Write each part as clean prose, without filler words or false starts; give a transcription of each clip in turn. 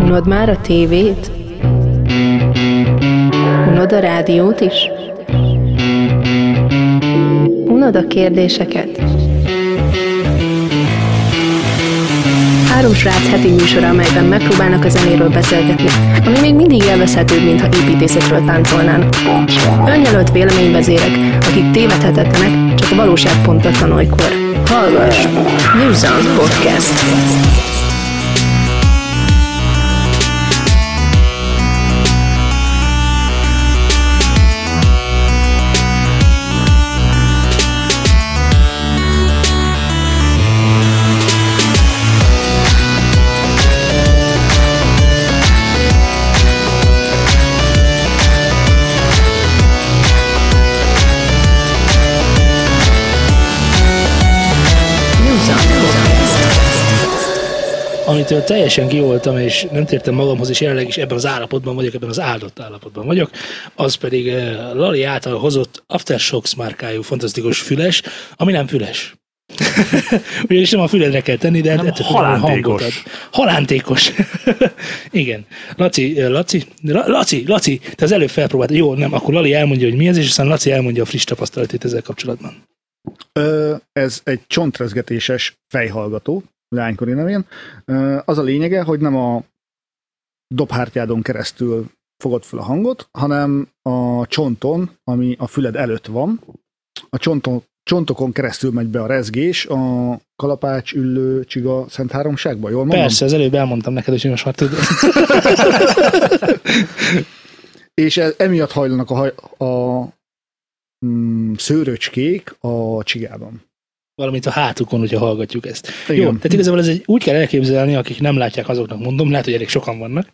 Unod már a tévét? Unod a rádiót is? Unod a kérdéseket? Három srác heti műsora, amelyben megpróbálnak a zenéről beszélgetni, ami még mindig élvezhetőbb, mintha építészetről táncolnának. Önjelölt véleményvezérek, akik tévedhetetlenek, csak a valóság pontatlan olykor. Hallgass! New Sound Podcast! Amitől teljesen kivoltam, és nem tértem magamhoz, és jelenleg is ebben az állapotban vagyok, ebben az áldott állapotban vagyok, az pedig Lali által hozott Aftershokz márkájú fantasztikus füles, ami nem füles. Ugyanis nem a füledre kell tenni, de ettől hangot ad. Halántékos. Igen. Laci, te az előbb felpróbáltad. Jó, nem, akkor Lali elmondja, hogy mi ez, és aztán Laci elmondja a friss tapasztalatét ezzel kapcsolatban. Ez egy csontrezgetéses fejhallgató, lánykori nevén. Az a lényege, hogy nem a dobhártyádon keresztül fogod fel a hangot, hanem a csonton, ami a füled előtt van. A csontokon keresztül megy be a rezgés a kalapács, üllő, csiga, szent háromságba, jól mondom? Persze, az előbb elmondtam neked, hogy most már tudod. És emiatt hajlanak a szőröcskék a csigában. Valamint a hátukon, hogyha hallgatjuk ezt. Igen. Jó, tehát igazából ez úgy kell elképzelni, akik nem látják, azoknak mondom, lehet, hogy elég sokan vannak.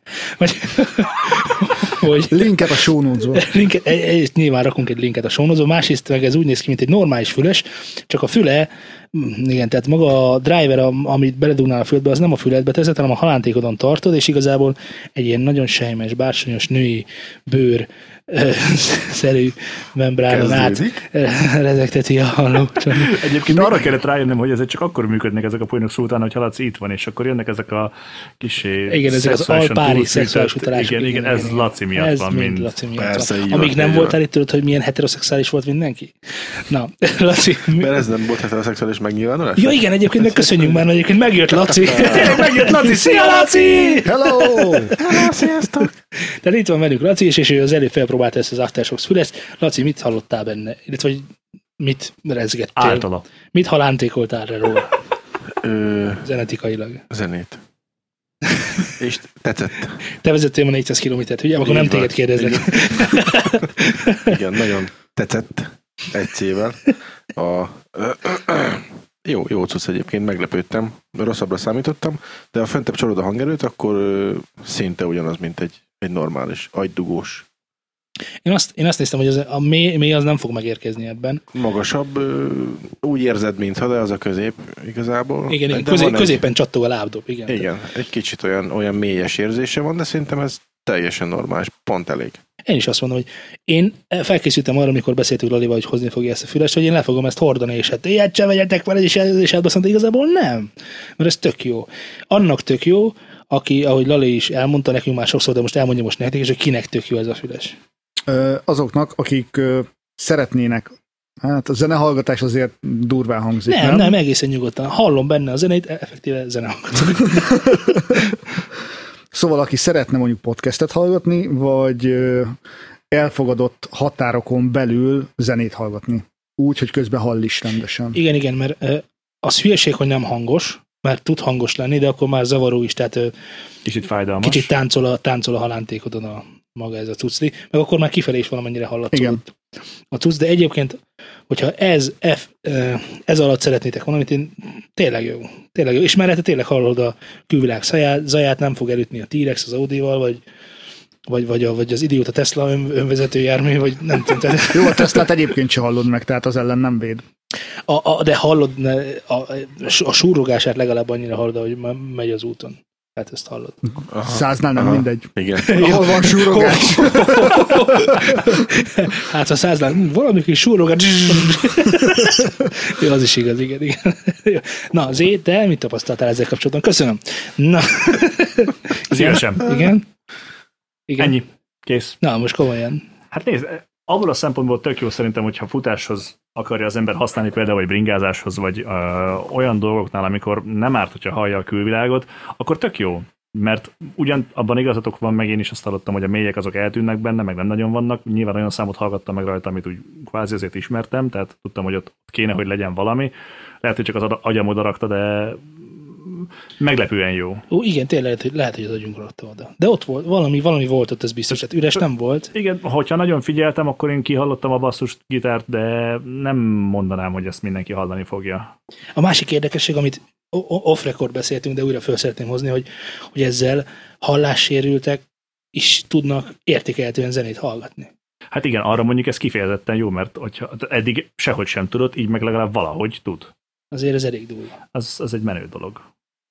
Hogy linket a show notes-ba. Nyilván rakunk egy linket a show notes-ba, másrészt meg ez úgy néz ki, mint egy normális füles, csak a füle, igen, tehát maga a driver, amit beledugnál a füledbe, az nem a füledbe teszed, hanem a halántékodon tartod, és igazából egy ilyen nagyon sejmes, bársonyos női bőr szerű membránon át rezegteti a hallót. Egyébként arra kellett rájönnöm, hogy ezek csak akkor működnek ezek a poénok szó után, hogy Laci itt van, és akkor jönnek ezek a kis igen, ezek az alpári szexuális utalások. Igen, ez Laci miatt ez van. Mind Laci miatt persze, van. Amíg nem voltál itt, tudod, hogy milyen heteroszexuális volt mindenki? Na, Laci. Mert ez nem volt heteroszexuális megnyilvánulás? Ja, igen, egyébként megköszönjük már, egyébként megjött Laci. Tényleg megjött Laci. Szia, Laci! Hello! Hello, sziasztok! Tehát itt van velünk Laci, és ő az előbb felpróbálta ezt az Aftershokz fülest. Laci, mit hallottál benne? Illetve, hogy mit rezgettél? Általa. Mit halántékoltál róla? Zenetikailag. Zenét. És tetszett. Te vezettél ma 400 kilométert, ugye? Akkor nem téged kérdezlek. Igen, nagyon tetszett egy C-vel. Jó cucc egyébként, meglepődtem. Rosszabbra számítottam, de ha föntebb csalod a hangerőt, akkor szinte ugyanaz, mint egy normális, agydugós. Én azt néztem, hogy a mély az nem fog megérkezni ebben. Magasabb, úgy érzed, mintha, de az a közép igazából. Igen, középen csattog a lábdob. Igen, egy kicsit olyan mélyes érzése van, de szerintem ez teljesen normális, pont elég. Én is azt mondom, hogy én felkészültem arra, amikor beszéltünk Lalival, hogy hozni fogja ezt a fülest, hogy én le fogom ezt hordani, és hát ilyet se vegyetek vele, és azt mondta, igazából nem. Mert ez tök jó. Annak tök jó, aki, ahogy Lali is elmondta nekünk már sokszor, de most elmondja most nektek, és hogy kinek tök jó ez a füles. Azoknak, akik szeretnének, hát a zenehallgatás azért durván hangzik, nem, egészen nyugodtan. Hallom benne a zenét, effektíve zenehallgatok. Szóval, aki szeretne mondjuk podcastet hallgatni, vagy elfogadott határokon belül zenét hallgatni. Úgy, hogy közben hall is rendesen. Igen, mert az hülyeség, hogy nem hangos, mert tud hangos lenni, de akkor már zavaró is, tehát kicsit fájdalmas. Kicsit táncol a halántékodon a maga ez a cucli, meg akkor már kifelé is valamennyire hallatszódott a cucc, de egyébként, hogyha ez alatt szeretnétek valamit, én tényleg jó, és mellette tényleg hallod a külvilág zaját, nem fog elütni a T-Rex az Audival, vagy az idióta Tesla önvezető jármű, vagy nem tudom. Jó, a Teslát egyébként se hallod meg, tehát az ellen nem véd. De hallod, a súrogását legalább annyira hallod, hogy megy az úton. Hát ezt hallod. 100-nál nem mindegy. Igen. Ahol van súrogás. Hát ha 100-nál valami kis súrogás. Jó, az is igaz, igen. Na, Zé, te mit tapasztaltál ezzel kapcsolatban? Köszönöm. Na. Szívesen. Igen? Ennyi. Kész. Na, most komolyan. Hát nézd, abból a szempontból tök jó szerintem, hogyha futáshoz akarja az ember használni például, vagy bringázáshoz, vagy olyan dolgoknál, amikor nem árt, hogyha hallja a külvilágot, akkor tök jó. Mert ugyan abban igazatok van, meg én is azt hallottam, hogy a mélyek azok eltűnnek benne, meg nem nagyon vannak. Nyilván olyan számot hallgattam meg rajta, amit úgy kvázi azért ismertem, tehát tudtam, hogy ott kéne, hogy legyen valami. Lehet, hogy csak az agyam oda rakta, de meglepően jó. Ó, igen, tényleg lehet, hogy az agyunk rakta oda. De ott volt, valami volt ott, ez biztos, hát üres nem volt. Igen, hogyha nagyon figyeltem, akkor én kihallottam a basszus gitárt, de nem mondanám, hogy ezt mindenki hallani fogja. A másik érdekesség, amit off-record beszéltünk, de újra föl szeretném hozni, hogy ezzel hallássérültek is tudnak értékelhetően zenét hallgatni. Hát igen, arra mondjuk ez kifejezetten jó, mert hogyha eddig sehogy sem tudott, így meg legalább valahogy tud. Azért ez elég durva. Az egy menő dolog.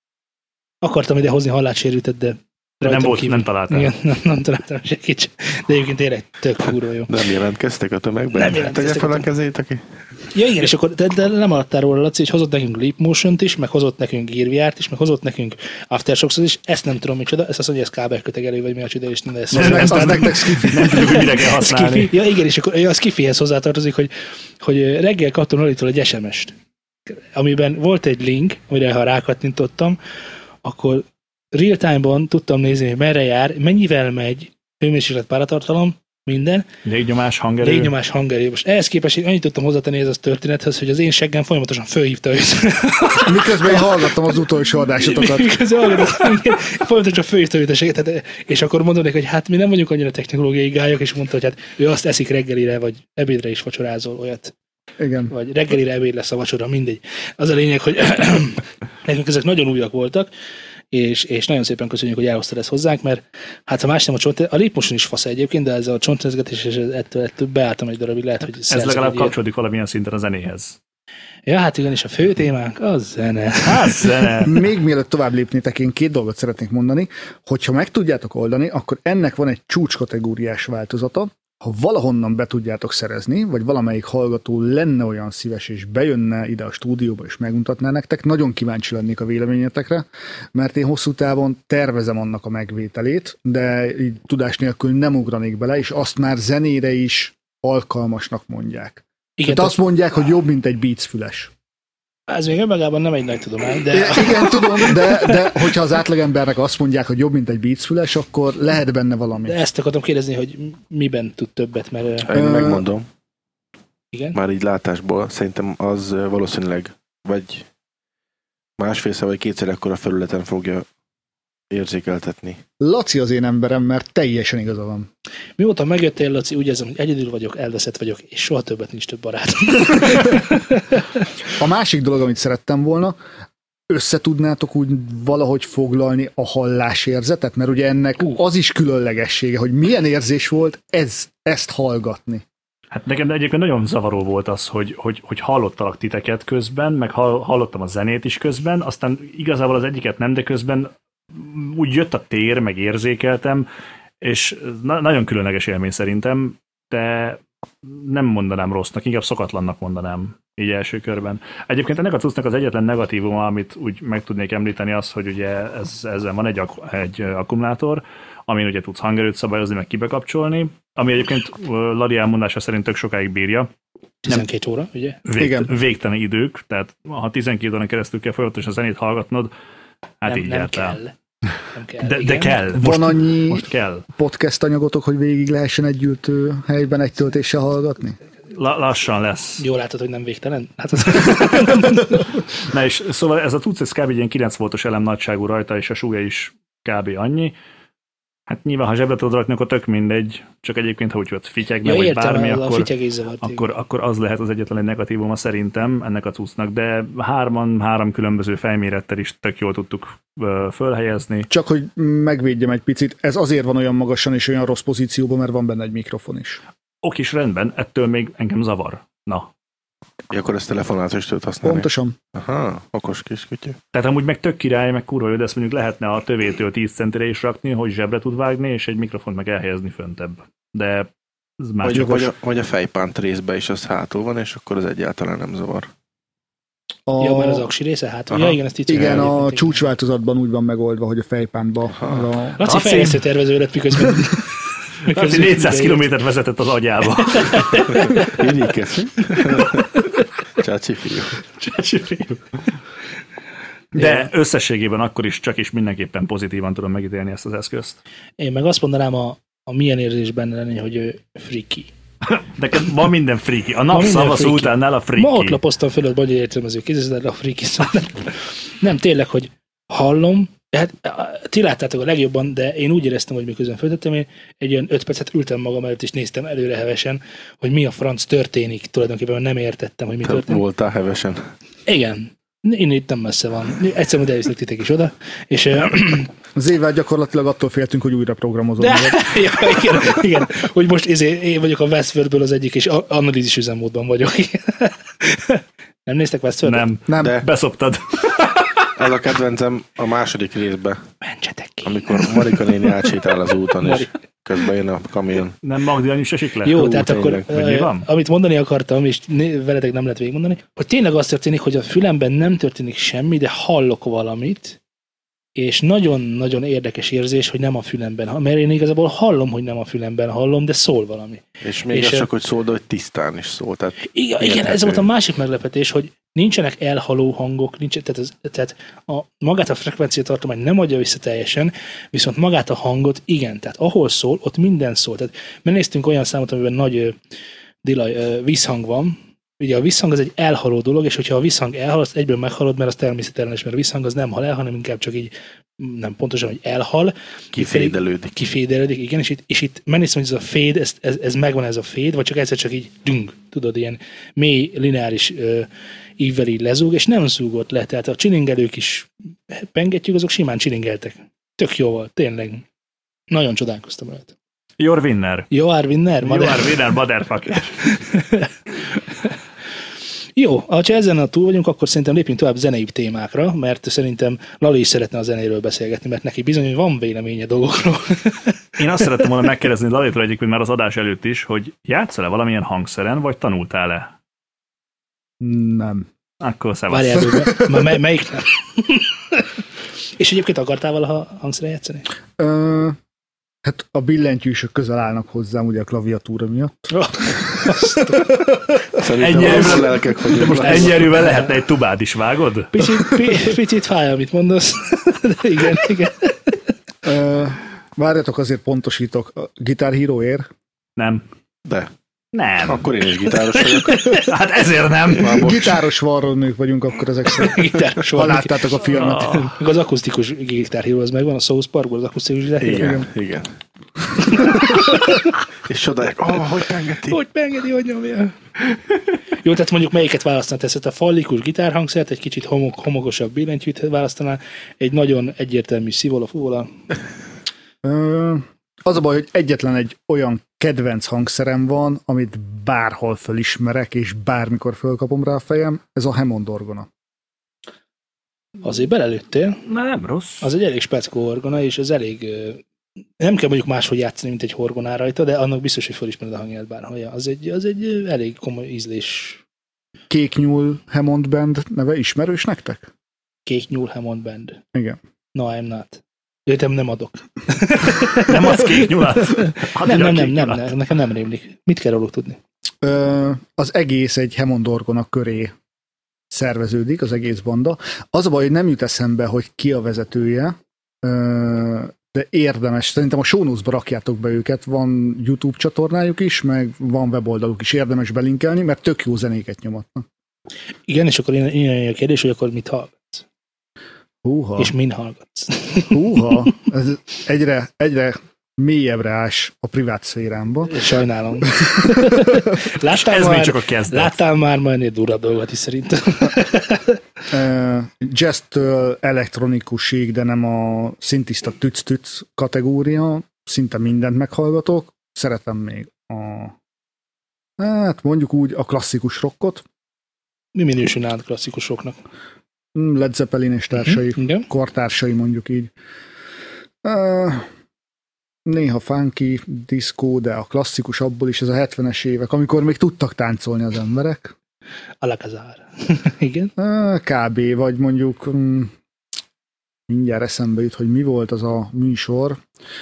Akartam ide hozni hallássérültet, de nem volt, nem találtam. Igen, nem találtam senkit, de egyébként tényleg tök kurva jó. Nem jelentkeztek a tömegben? Nem jelentkeztek. Tegye fel a kezét, aki... Ja igen, és akkor de nem adtál róla, Laci, hogy hozott nekünk Leap Motion-t is, meg hozott nekünk Gear VR-t is, meg hozott nekünk Aftershocks-ot is, ezt nem tudom micsoda, ezt azt mondja, ez kábelkötegelő, vagy mi a csoda, és nem lesz. Az nektek skifi, nem tudjuk, hogy mire kell használni. Ja igen, és akkor a skifihez hozzátartozik, hogy reggel kaptam Lalitól egy SMS-t, amiben volt egy link, amire ha rákattintottam, akkor real time-ban tudtam nézni, hogy merre jár, mennyivel megy, hőmérséklet, páratartalom, minden. Légnyomás, hangerő. Légnyomás, hangerő. Most ehhez képest én annyit tudtam hozzátenni ez a történethez, hogy az én seggem folyamatosan fölhívta őt. Miközben én hallgattam az utolsó adásotokat. Folyamatosan fölhívta őt a segget, és akkor mondom neki, hogy hát mi nem vagyunk annyira technológiai gályok, és mondta, hogy hát ő azt eszik reggelire, vagy ebédre is vacsorázol olyat. Igen. Vagy reggelire ebéd lesz a vacsora, mindegy. Az a lényeg, hogy nekünk ezek nagyon újak voltak, és nagyon szépen köszönjük, hogy elhoztad ezt hozzánk, mert hát ha más nem a Leap Motion is fasz egyébként, de ez a csontrezgetés, és ettől beálltam egy darabig, lehet, hogy ez legalább kapcsolódik valamilyen szinten a zenéhez. Ja, hát igen, és a fő témánk az zene. Hát zene. Még mielőtt tovább lépnétek, én 2 dolgot szeretnék mondani, hogyha meg tudjátok oldani, akkor ennek van egy csúcskategóriás változata. Ha valahonnan be tudjátok szerezni, vagy valamelyik hallgató lenne olyan szíves, és bejönne ide a stúdióba, és megmutatná nektek, nagyon kíváncsi lennék a véleményetekre, mert én hosszú távon tervezem annak a megvételét, de így tudás nélkül nem ugranék bele, és azt már zenére is alkalmasnak mondják. Igen, azt mondják, hogy jobb, mint egy Beats füles. Ez még önmagában nem egy nagy tudomány, de... Igen, tudom, de hogyha az átlagembernek azt mondják, hogy jobb, mint egy Beats füles, akkor lehet benne valami. De ezt akartam kérdezni, hogy miben tud többet, mert... Én megmondom. Igen? Már így látásból szerintem az valószínűleg vagy másfélszer vagy kétszer ekkora felületen fogja érzékeltetni. Laci az én emberem, mert teljesen igaza van. Mióta megjöttél, Laci, úgy érzem, hogy egyedül vagyok, elveszett vagyok, és soha többet nincs több barátom. A másik dolog, amit szerettem volna, összetudnátok úgy valahogy foglalni a hallásérzetet, mert ugye ennek az is különlegessége, hogy milyen érzés volt ezt hallgatni. Hát nekem egyébként nagyon zavaró volt az, hogy hallottalak titeket közben, meg hallottam a zenét is közben, aztán igazából az egyiket nem, de közben úgy jött a tér, meg érzékeltem, és nagyon különleges élmény szerintem, de nem mondanám rossznak, inkább szokatlannak mondanám így első körben. Egyébként ennek a cuccnak az egyetlen negatívuma, amit úgy meg tudnék említeni, az, hogy ugye ezzel van egy akkumulátor, amin ugye tudsz hangerőt szabályozni, meg kibekapcsolni, ami egyébként Lari elmondása szerint tök sokáig bírja. 12 óra, ugye? Végtelen idők, tehát ha 12 órán keresztül kell folyamatosan zenét hallgatnod, hát így jártál. Nem kell. De kell. Van annyi most kell. podcast anyagotok, hogy végig lehessen egy gyűjtő helyben egy töltéssel hallgatni? Lassan lesz. Jól látod, hogy nem végtelen? Hát Na és szóval ez a tudsz, ez kb. Egy ilyen 9 voltos elem nagyságú rajta, és a súlya is kb. Annyi. Hát nyilván, ha zsebre tudod rakni, akkor tök mindegy, csak egyébként, ha úgy volt fityegne, vagy értem, bármi, akkor az lehet az egyetlen egy negatívuma szerintem ennek a cuccnak, de 3 különböző fejmérettel is tök jól tudtuk fölhelyezni. Csak hogy megvédjem egy picit, ez azért van olyan magasan és olyan rossz pozícióban, mert van benne egy mikrofon is. Is rendben, ettől még engem zavar. Na. Akkor ezt telefonálatra is tudod használni. Pontosan. Aha, okos kis kütyű. Tehát amúgy meg tök király, meg kurva jó, de ezt mondjuk lehetne a tövétől 10 centire is rakni, hogy zsebre tud vágni, és egy mikrofont meg elhelyezni föntebb. De ez már Vagy a fejpánt részbe is az hátul van, és akkor az egyáltalán nem zavar. Ja, mert az aksi része hátul. Ja, igen, ezt így igen, a csúcsváltozatban úgy van megoldva, hogy a fejpántba. Laci fejlesztő tervező lett, miközben... Laci 400 kilométert vezetett az agyába. Ügyékes. Csácsi fiú. De összességében akkor is csak is mindenképpen pozitívan tudom megítélni ezt az eszközt. Én meg azt mondanám a milyen érzés benne lenni, hogy ő freaky. De ma minden freaky. A napszava utánál a freaky. Ma ott lapoztam föl a magyar értelmező kézzel, a freaky szó. Nem, tényleg, hogy hallom, hát ti láttátok a legjobban, de én úgy éreztem, hogy miközben föltettem, én egy olyan 5 percet ültem magam előtt, és néztem előre hevesen, hogy mi a franc történik. Tulajdonképpen nem értettem, hogy mi történik. Voltál hevesen? Igen. Én itt nem messze van. Egyszerűen, hogy elvisznek titek is oda. És, az évvel gyakorlatilag attól féltünk, hogy újra programozom. Ja, igen, hogy most én vagyok a Westworldből az egyik, és analízis üzemmódban vagyok. Nem néztek Westworld? Nem. De beszoptad. Ez a kedvencem a második részben. Mentsetek ki. Amikor Marika néni átsétál az úton, és közben jön a kamion. Nem Magdi anyu se esik le? Jó, tehát akkor amit mondani akartam, és veletek nem lehet végigmondani, hogy tényleg az történik, hogy a fülemben nem történik semmi, de hallok valamit, és nagyon-nagyon érdekes érzés, hogy nem a fülemben, mert én igazából hallom, hogy nem a fülemben hallom, de szól valami. És még az csak, hogy szól, de hogy tisztán is szól. Tehát igen, ez volt a másik meglepetés, hogy nincsenek elhaló hangok, tehát magát a frekvenciatartomány nem adja vissza teljesen, viszont magát a hangot igen, tehát ahol szól, ott minden szól. Tehát megnéztünk olyan számot, amiben nagy visszhang van. Ugye a visszhang az egy elhaló dolog, és hogyha a visszhang elhal, azt egyből meghalod, mert az természetellenes, mert a visszhang az nem hal el, hanem inkább csak így, nem pontosan, hogy elhal. Kifédelődik, igen, és itt megnéztem, hogy ez a fade, ez megvan ez a fade, vagy csak egyszer csak így tudod, ilyen mély, lineáris ívvel így lezúg, és nem zúgott le, tehát a csilingelők is pengetjük, azok simán csilingeltek. Tök jó volt, tényleg. Nagyon csodálkoztam rajta. Your winner. You are winner, motherfucker. Jó, ha ezen a túl vagyunk, akkor szerintem lépjünk tovább zenei témákra, mert szerintem Lali is szeretne a zenéről beszélgetni, mert neki bizony van véleménye dolgokról. Én azt szerettem volna megkérdezni Lalitról egyébként már az adás előtt is, hogy játszol-e valamilyen hangszeren, vagy tanultál-e? Nem. Akkor szevasz. Várjál, melyik nem? És egyébként akartál valaha hangszeren játszani? Hát a billentyűsök közel állnak hozzám, ugye a klaviatúra miatt. Most ennyi erővel lehetne egy tubád is, vágod? Picit fáj, amit mondasz. De igen. Várjatok, azért pontosítok. A Guitar Hero-ért? Nem. De. Nem. Akkor én is gitáros vagyok. Hát ezért nem. Gitáros varrónők vagyunk akkor ezek szerint. Ha láttátok a filmet. Az akusztikus Guitar Hero az megvan, a South Parkból az akusztikus Guitar Hero. Igen. És csodálják, hogy pengeti. Hogy pengeti, hogy nyomja. Jó, tehát mondjuk melyiket választanál? Tehát a fallikus gitárhangszert, egy kicsit homokosabb billentyűt választanál, egy nagyon egyértelmű szivola-fúvola. Az a baj, hogy egyetlen egy olyan kedvenc hangszerem van, amit bárhol fölismerek, és bármikor fölkapom rá a fejem, ez a Hammond orgona. Azért belelőttél. Nem rossz. Az egy elég speckó orgona, és az elég... Nem kell mondjuk máshogy játszani, mint egy horgoná rajta, de annak biztos, hogy felismered a hangját bárhol. Az egy elég komoly ízlés. Kék Nyúl Hammond Band neve ismerős nektek? Kék Nyúl Hammond Band. Igen. No, I'm not. Jöttem, nem adok. Nem adsz kék nyulat? Nem, nekem nem rémlik. Mit kell róluk tudni? Az egész egy Hammond orgona köré szerveződik, az egész banda. Az a baj, hogy nem jut eszembe, hogy ki a vezetője, de érdemes. Szerintem a show notes-ba rakjátok be őket, van YouTube csatornájuk is, meg van weboldaluk is, érdemes belinkelni, mert tök jó zenéket nyomatnak. Igen, és akkor ilyen a kérdés, hogy akkor mit hallgatsz? Húha. És min hallgatsz? Húha, ez egyre mélyebbre ás a privát szférámba. Sajnálom. Még csak a kezdet. Láttál már ennél durrabb dolgot is szerintem. Jazz-től elektronikusig, de nem a szintiszta tüc-tüc kategória. Szinte mindent meghallgatok. Szeretem még mondjuk úgy a klasszikus rockot. Mi minősül nálad klasszikusoknak? Led Zeppelin és társai, Igen. kortársai mondjuk így. Néha funky, diszkó, de a klasszikus abból is ez a 70-es évek, amikor még tudtak táncolni az emberek. Alakazár. Igen. Kb. Vagy mondjuk mindjárt eszembe jut, hogy mi volt az a műsor.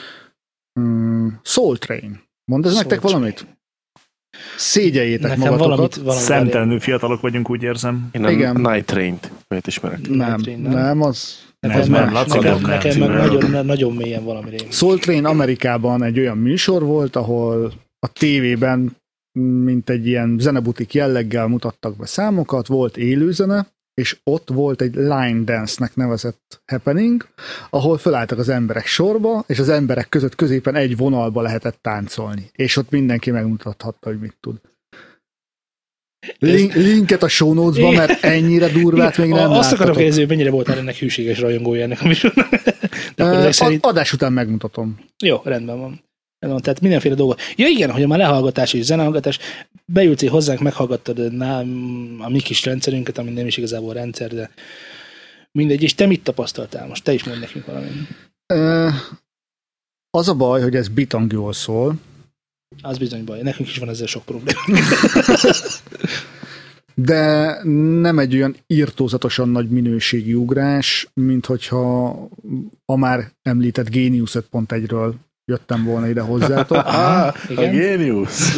Soul Train. Mondd ez nektek valamit? Szégyeljétek nekem magatokat. Szemtelenül fiatalok vagyunk, úgy érzem. Én a Night Train-t ismerek. Nem, az... Nekem meg nagyon mélyen valami rémlik. Soul Train Amerikában egy olyan műsor volt, ahol a tévében mint egy ilyen zenebutik jelleggel mutattak be számokat, volt élőzene, és ott volt egy line dance-nek nevezett happening, ahol felálltak az emberek sorba, és az emberek között középen egy vonalba lehetett táncolni. És ott mindenki megmutathatta, hogy mit tud. Linket a show notes-ba, mert ennyire durvát még nem Azt akarom kérdezni, hogy mennyire volt ennek hűséges rajongója ennek a műsornak. Adás után megmutatom. Jó, rendben van. Tehát mindenféle dolgot. Ja igen, hogy már lehallgatás és zenehallgatás, beültél hozzánk, meghallgattad a mi kis rendszerünket, ami nem is igazából rendszer, de mindegy, és te mit tapasztaltál most? Te is mondj nekünk valamit. Az a baj, hogy ez bitangjól szól. Az bizony baj, nekünk is van ezzel sok probléma. De nem egy olyan irtózatosan nagy minőségi ugrás, mint hogyha a már említett Genius 5.1-ről jöttem volna ide hozzátok. A Genius!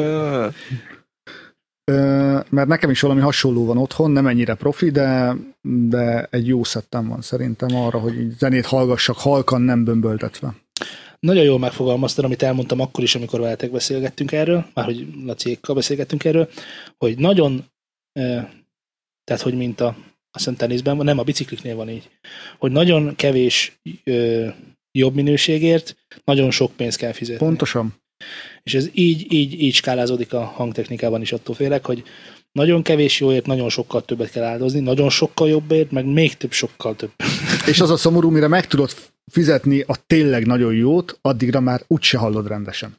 Mert nekem is valami hasonló van otthon, nem ennyire profi, de egy jó szettem van szerintem arra, hogy így zenét hallgassak halkan, nem bömböltetve. Nagyon jól megfogalmaztad, amit elmondtam akkor is, amikor veletek beszélgettünk erről, már hogy Laciékkal beszélgettünk erről, hogy nagyon, tehát hogy mint a teniszben, nem a bicikliknél van így, hogy nagyon kevés jobb minőségért nagyon sok pénzt kell fizetni. Pontosan. És ez így skálázódik a hangtechnikában is, attól félek, hogy nagyon kevés jóért nagyon sokkal többet kell áldozni, nagyon sokkal jobbért, meg még több, sokkal több. És az a szomorú, mire meg tudod fizetni a tényleg nagyon jót, addigra már úgyse hallod rendesen.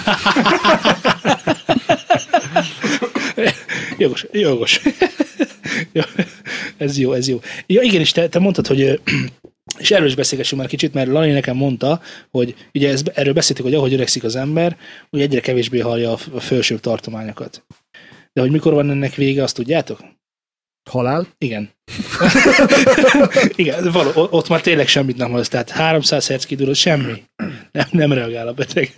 Jogos. Ez jó. Ja, igen, és te mondtad, hogy és erről is beszélgessünk már kicsit, mert Lani nekem mondta, hogy ugye erről beszéltük, hogy ahogy öregszik az ember, hogy egyre kevésbé hallja a felsőbb tartományokat. De hogy mikor van ennek vége, azt tudjátok? Halál? Igen. Igen, ott már tényleg semmit nem hallasz, tehát 300 Hz kidurod, semmi. Nem reagál a beteg.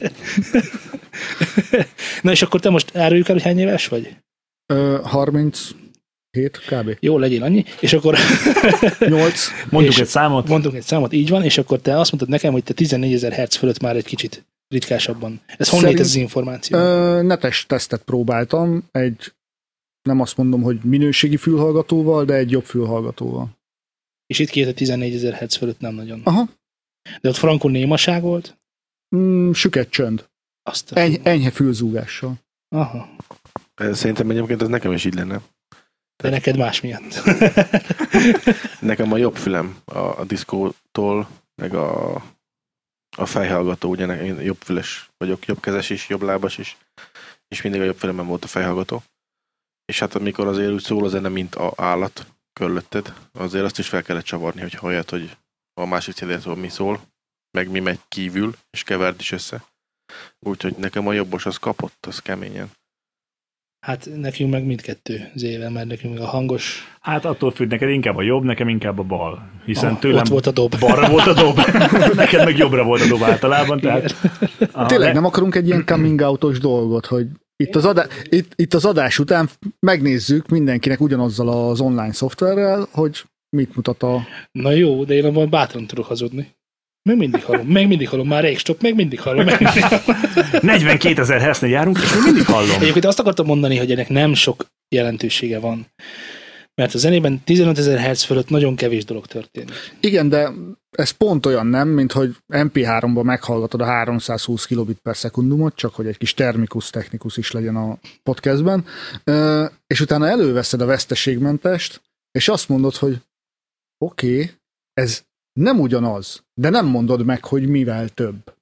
Na és akkor te most áruljuk el, hogy hány éves vagy? 37 kb. Jó, legyél annyi, és akkor 8. Mondjuk egy számot. Mondunk egy számot, így van, és akkor te azt mondtad nekem, hogy te 14.000 Hz fölött már egy kicsit ritkásabban. Ez honnét ez az információ? Netes tesztet próbáltam, nem azt mondom, hogy minőségi fülhallgatóval, de egy jobb fülhallgatóval. És itt kijött a 14.000 Hz fölött nem nagyon. Aha. De ott frankon némaság volt? Süket csönd. Enyhe fülzúgással. Aha. Szerintem egyébként ez nekem is így lenne. De neked más miatt. Nekem a jobb fülem a diszkótól, meg a fejhallgató, ugye én jobb füles vagyok, jobb kezes is, jobb lábas is, és mindig a jobb fülemben volt a fejhallgató. És hát amikor azért úgy szól a zene, mint a állat körülötted, azért azt is fel kellett csavarni, hogy halljad, hogy a másik célétől mi szól, meg mi megy kívül, és keverd is össze. Úgyhogy nekem a jobbos az kapott, az keményen. Hát nekünk meg mindkettő zével, mert nekünk meg a hangos... Hát attól függ, neked inkább a jobb, nekem inkább a bal. Hiszen tőlem ott volt a dob. Balra volt a dob. Neked meg jobbra volt a dob általában. Tehát... Tényleg nem akarunk egy ilyen coming out-os dolgot, hogy itt az adás után megnézzük mindenkinek ugyanazzal az online szoftverrel, hogy mit mutat a... Na jó, de én abban bátran tudok hazudni. Még mindig hallom, már rég stop, még mindig hallom. 42 000 Hz-nél járunk, és még mindig hallom. Egyébként azt akartam mondani, hogy ennek nem sok jelentősége van. Mert a zenében 15.000 Hz fölött nagyon kevés dolog történik. Igen, de ez pont olyan nem, mint hogy MP3-ban meghallgatod a 320 kilobit per szekundumot, csak hogy egy kis termikus technikus is legyen a podcastben, és utána előveszed a veszteségmentest, és azt mondod, hogy oké, ez nem ugyanaz, de nem mondod meg, hogy mivel több.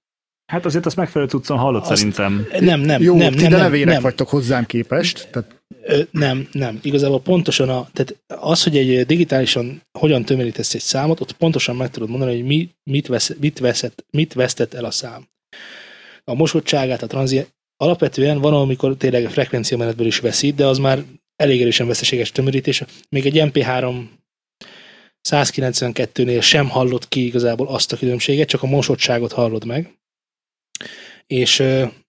Hát azért azt megfelelő cuccon hallott szerintem. Nem. Jó, nem, ti nem, denevérek nem. vagytok hozzám képest. Tehát... Nem. Igazából pontosan tehát az, hogy egy digitálisan hogyan tömörítesz egy számot, ott pontosan meg tudod mondani, hogy mit vesztett el a szám. A mosottságát, a tranziát, alapvetően van, amikor tényleg a frekvencia menetből is veszít, de az már elég erősen veszteséges tömörítés. Még egy MP3 192-nél sem hallod ki igazából azt a különbséget, csak a mosottságot hallod meg. És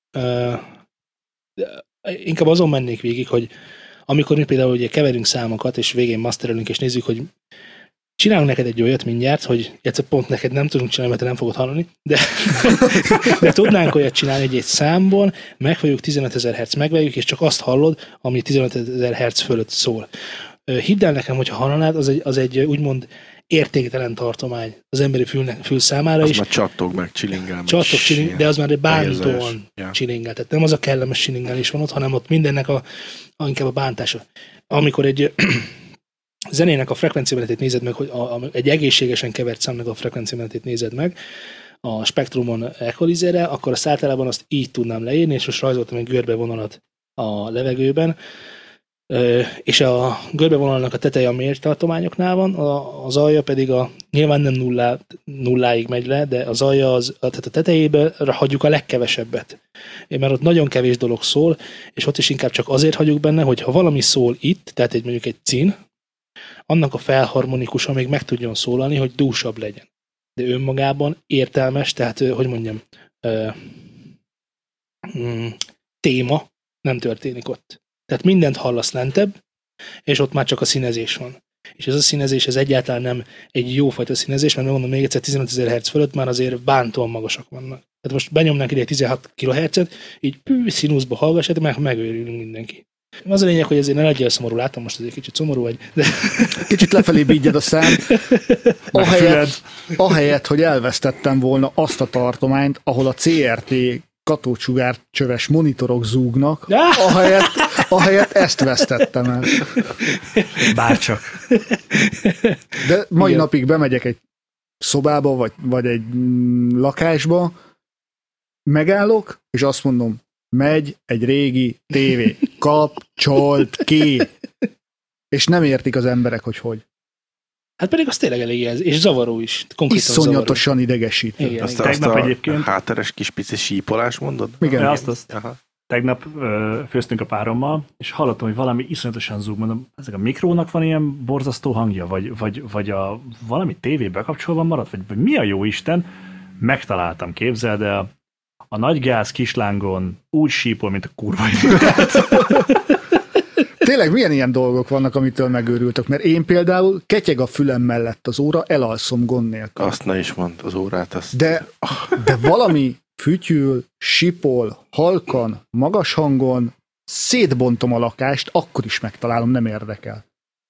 inkább azon mennék végig, hogy amikor mi például ugye keverünk számokat, és végén masterelünk, és nézzük, hogy csinálunk neked egy olyat mindjárt, hogy egyszer pont neked nem tudunk csinálni, mert te nem fogod hallani, de tudnánk olyat csinálni, hogy egy számból megfogjuk 15.000 Hz, megvegyük, és csak azt hallod, ami 15.000 Hz fölött szól. Hidd el nekem, hogyha hallanád, az egy úgymond értéktelen tartomány az emberi fül számára az is. Az már csattog meg, csilingál. Csattog, de az már egy bántóan csilingál. Tehát nem az a kellemes csilingálés van ott, hanem ott mindennek inkább a bántása. Amikor egy zenének a frekvenciamenetét nézed meg, hogy egy egészségesen kevert számnak a frekvenciamenetét nézed meg, a spektrumon equalizerrel, akkor azt általában azt így tudnám leírni, és most rajzoltam egy görbevonalat a levegőben, és a görbevonalnak a teteje a mértartományoknál van, az alja pedig nyilván nem nulláig megy le, de az alja, tehát a tetejébe hagyjuk a legkevesebbet. Mert ott nagyon kevés dolog szól, és ott is inkább csak azért hagyjuk benne, hogy ha valami szól itt, tehát mondjuk egy cin, annak a felharmonikusa még meg tudjon szólalni, hogy dúsabb legyen. De önmagában értelmes, tehát hogy mondjam, téma nem történik ott. Tehát mindent hallasz lentebb, és ott már csak a színezés van. És ez a színezés, ez egyáltalán nem egy jófajta színezés, mert mondom még egyszer 15.000 Hz fölött már azért bántóan magasak vannak. Tehát most benyomnánk ide egy 16 kHz-et, így színuszba hallgass, megőrülünk mindenki. Az a lényeg, hogy ezért ne legyél szomorú, látom most azért kicsit szomorú vagy. De... Kicsit lefelé bígyed a szám. Ahelyett, hogy elvesztettem volna azt a tartományt, ahol a CRT katócsugárcsöves monitorok zúgnak, ahelyett ezt vesztettem el. Bárcsak. De mai napig bemegyek egy szobába, vagy egy lakásba, megállok, és azt mondom, megy egy régi tévé, kapcsolt ki, és nem értik az emberek, hogy. Hát pedig az tényleg elég és zavaró is. Iszonyatosan zavaró. Idegesít. Igen, azt egyébként... háteres kis pici sípolás mondod? Igen. Azt. Tegnap főztünk a párommal, és hallottam, hogy valami iszonyatosan zúg. Mondom, ezek a mikrónak van ilyen borzasztó hangja, vagy valami tévé bekapcsolva maradt, vagy mi a jó Isten? Megtaláltam, képzeld el, a nagy gáz kislángon úgy sípol, mint a kurva élet. Tényleg milyen ilyen dolgok vannak, amitől megőrültök? Mert én például ketyeg a fülem mellett az óra, elalszom gond nélkül. Azt ne is mondd, az órát. Azt... De valami fütyül, sipol, halkan, magas hangon, szétbontom a lakást, akkor is megtalálom, nem érdekel.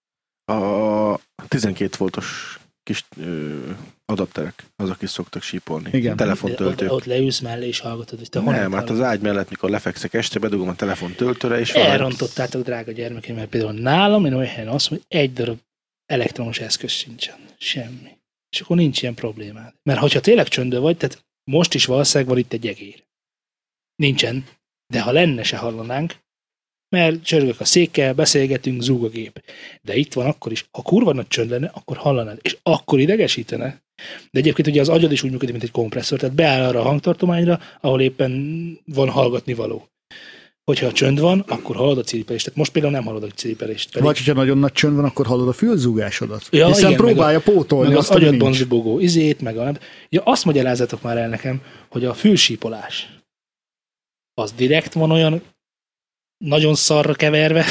A 12 voltos kis adapterek, azok is szoktak sípolni. Igen. Telefontöltők. Ott leülsz mellé és hallgatod, hogy te nem, hát az ágy mellett, mikor lefekszek este, bedugom a telefontöltőre, és elrontottátok, drága gyermekeim, mert például nálam, én olyan helyen azt mondom, hogy egy darab elektromos eszköz sincsen. Semmi. És akkor nincs ilyen problémád. Mert hogyha tényleg csöndő vagy, tehát most is valószínűleg van itt egy egér. Nincsen, de ha lenne, se hallanánk, mert csörgök a székkel, beszélgetünk, zúg a gép. De itt van akkor is. Ha kurva nagy csönd lenne, akkor hallanád, és akkor idegesítene. De egyébként ugye az agyad is úgy működik, mint egy kompresszor, tehát beáll arra a hangtartományra, ahol éppen van hallgatni való. Hogyha csönd van, akkor hallod a ciripelést. Tehát most például nem hallod a ciripelést. Vagy hogyha nagyon nagy csönd van, akkor hallod a fülzúgásodat. Ja, hiszen igen, próbálja pótolni meg azt, az ami agyadban nincs. zubogó izét, meg a... Ja, azt magyarázzátok már el nekem, hogy a fülsípolás az direkt van olyan nagyon szarra keverve.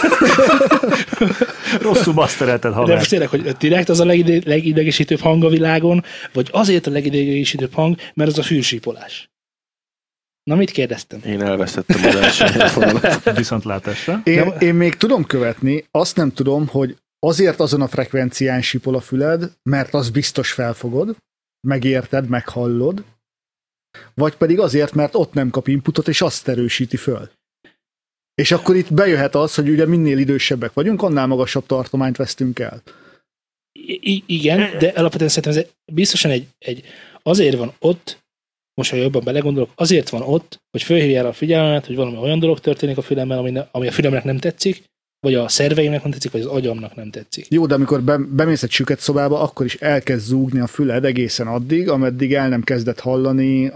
Rosszul masterelted, haver. De most tényleg, hogy direkt az a legidegesítőbb hang a világon, vagy azért a legidegesítőbb hang, mert az a fülsípolás. Na, mit kérdeztem? Én elvesztettem az első fonalat. Viszontlátásra. Én még tudom követni, azt nem tudom, hogy azért azon a frekvencián sipol a füled, mert az biztos felfogod, megérted, meghallod, vagy pedig azért, mert ott nem kap inputot, és azt erősíti föl. És akkor itt bejöhet az, hogy ugye minél idősebbek vagyunk, annál magasabb tartományt vesztünk el. Igen, de alapvetően szerintem ez biztosan egy azért van ott, most ha jobban belegondolok, azért van ott, hogy fölhívja a figyelmet, hogy valami olyan dolog történik a fülemben, ami a fülemnek nem tetszik, vagy a szerveimnek nem tetszik, vagy az agyamnak nem tetszik. Jó, de amikor bemész egy süket szobába, akkor is elkezd zúgni a füled egészen addig, ameddig el nem kezdett hallani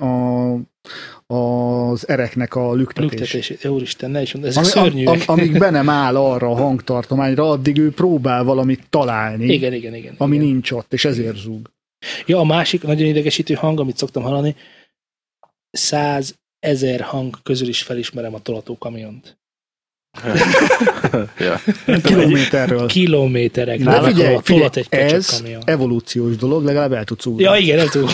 az ereknek a lüktetését. Úristen, ne is mondd, ezek szörnyűek. Amíg be nem áll arra a hangtartományra, addig ő próbál valamit találni, igen, ami nincs ott, és ezért zúg. Ja, a másik nagyon idegesítő hang, amit szoktam hallani, 100 000 hang közül is felismerem a tolatókamiont. Ja. Kilométerről. Kilométerek. Na, figyelj, ez evolúciós dolog, legalább el tudsz úrni. Ja, igen, el tudom.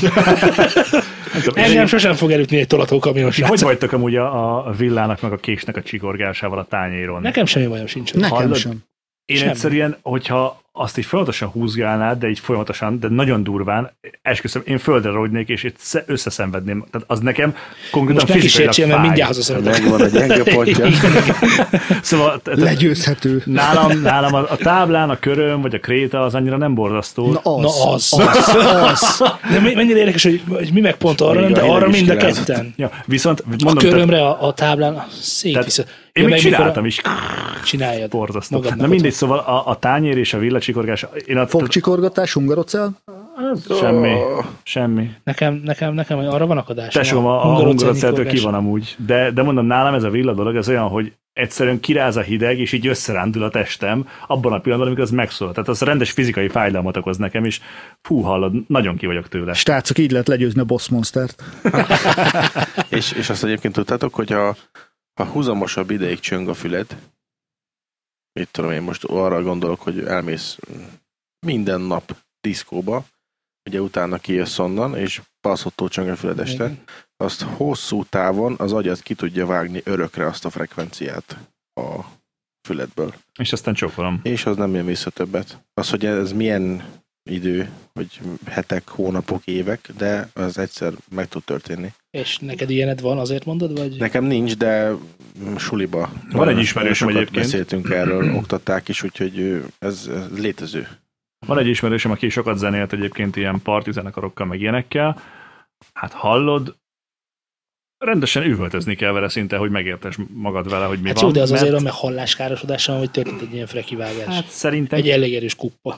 Engem sosem fog elütni egy tolatókamion. Hogy vagytok amúgy a villának meg a késnek a csigorgásával a tányéron? Nekem semmi bajom sincs. Nekem sem. Én Semmi. egyszerűen, hogyha azt így folyamatosan húzgálnád, de így folyamatosan, de nagyon durván, esküszöm, én földre rogynék, és itt összeszenvedném. Tehát az nekem konkrétan most fizikailag fáj. Mert mindjárt hazaszaladok. Megvan a gyenge pontja. Szóval, legyőzhető. Nálam a táblán a köröm, vagy a kréta az annyira nem borzasztó. Na az. De mennyire érdekes, hogy mi meg pont arra nem, de arra mind a ketten. Ja, viszont mondom, a körömre a táblán szétvisz. Én még csináltam is. Csináljad. Borzasztó. Na mindegy, szóval a tányér és a villacsikorgás. Fogcsikorgatás, hungarocell? Semmi. Nekem arra van akadásom. Tesóm, a hungarocelltől ki van amúgy. De mondom, nálam ez a villa dolog, ez olyan, hogy egyszerűen kiráz a hideg, és így összerándul a testem abban a pillanatban, amikor az megszólal. Tehát az rendes fizikai fájdalmat okoz nekem, és fú, hallod, nagyon ki vagyok tőle. Srácok, így lehet legyőzni a boss monstert. és azt egyébként tudtátok, hogy ha húzamosabb ideig csöng a füled, mit tudom én, most arra gondolok, hogy elmész minden nap diszkóba, ugye utána kijössz onnan, és baszottól csöng a füled este, azt hosszú távon az agyad ki tudja vágni örökre azt a frekvenciát a füledből. És aztán csókolom. És az nem jön vissza többet. Az, hogy ez milyen idő, hogy hetek, hónapok, évek, de az egyszer meg tud történni. És neked ilyened van, azért mondod, vagy? Nekem nincs, de suliba. Van egy ismerősöm egyébként. Beszéltünk erről, oktatták is, úgyhogy ez létező. Van egy ismerősöm, aki sokat zenélt egyébként ilyen partizánekarokkal, meg ilyenekkel. Hát hallod, rendesen üvöltözni kell vele szinte, hogy megértes magad vele, hogy mi hát van. Jó, de az azért, mert halláskárosodással, hogy történt egy ilyen frekivágás. Hát szerintem... Egy elég erős kuppa.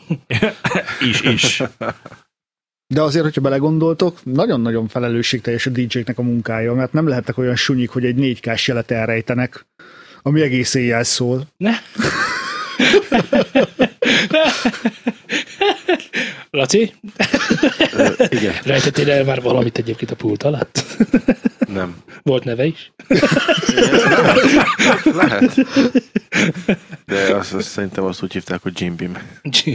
is. De azért, hogyha belegondoltok, nagyon-nagyon felelősségteljes a DJ-knek a munkája, mert nem lehetnek olyan sunyik, hogy egy 4K-s jelet elrejtenek, ami egész éjjel szól. Ne? Laci? Igen. Rejtettél el már valamit egyébként a pult alatt? Nem. Volt neve is? Lehet. De azt szerintem azt úgy hívták, hogy Jim Beam.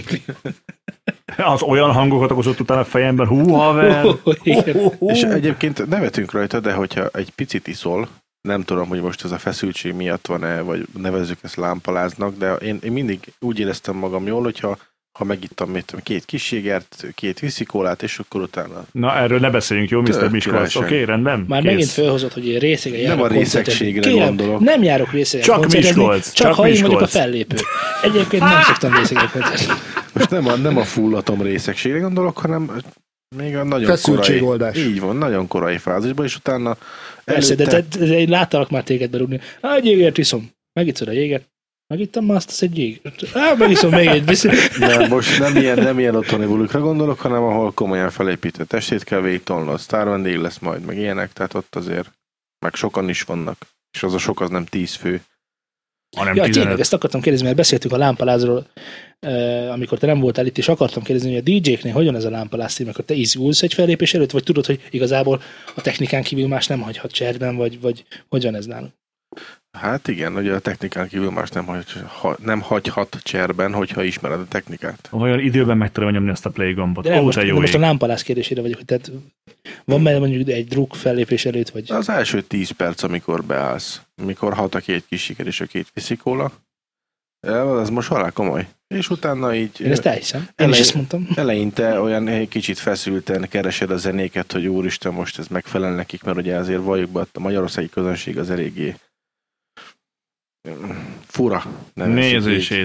Az olyan hangokat okozott utána a fejemben, hú, haver! És egyébként nevetünk rajta, de hogyha egy picit iszol, nem tudom, hogy most ez a feszültség miatt van-e, vagy nevezzük ezt lámpaláznak, de én mindig úgy éreztem magam jól, hogyha megittam 2 kis jégert, 2 viszikólát, és akkor utána... Na, erről ne beszéljünk, jó, Mr. Miskolc? Oké, rendben? Már Kész. megint felhozott, hogy én részegen járok. Nem a részegségre gondolok. Nem járok részegen Csak koncertezni, Miskolc. csak ha én vagyok a fellépő. Egyébként nem szoktam részegen koncertezni. Most nem a fullatom részegségre gondolok, hanem még a nagyon feszültségoldás. Korai, így van, nagyon korai fázisban, és utána... Persze, de én láttalak már téged berúgni. Egy jégert iszom. Megiszod a jégert. Megittem már azt egy jégert. Megiszom még egy. Nem, most nem ilyen otthoni bulikra gondolok, hanem ahol komolyan felépített testét kell végigtolnod. Sztárvendég lesz majd, meg ilyenek, tehát ott azért meg sokan is vannak. És az a sok az nem 10 fő. Hanem ja, tényleg, ezt akartam kérdezni, mert beszéltünk a lámpalázról, amikor te nem voltál itt, és akartam kérdezni, hogy a DJ-knél hogyan ez a lámpaláz, amikor te izgulsz egy fellépés előtt, vagy tudod, hogy igazából a technikán kívül más nem hagyhat cserben, vagy hogy van ez nálunk? Hát igen, ugye a technikán kívül más nem hagyhat cserben, hogyha ismered a technikát. Olyan időben meg tudom nyomni azt a play gombot. De most a lámpaláz kérdésére vagyok, hogy tehát van már mondjuk egy druk fellépés előtt, vagy... Az első 10 perc, amikor beállsz, amikor hat a 2 kis siker és a 2 viszikóla, az most halál komoly. És utána így... Én ezt elhiszem. Én is ezt mondtam. Eleinte olyan kicsit feszülten keresed a zenéket, hogy úristen, most ez megfelel nekik, mert ugye azért valljuk be, a magyarországi közönség az eléggé fura. Nézését.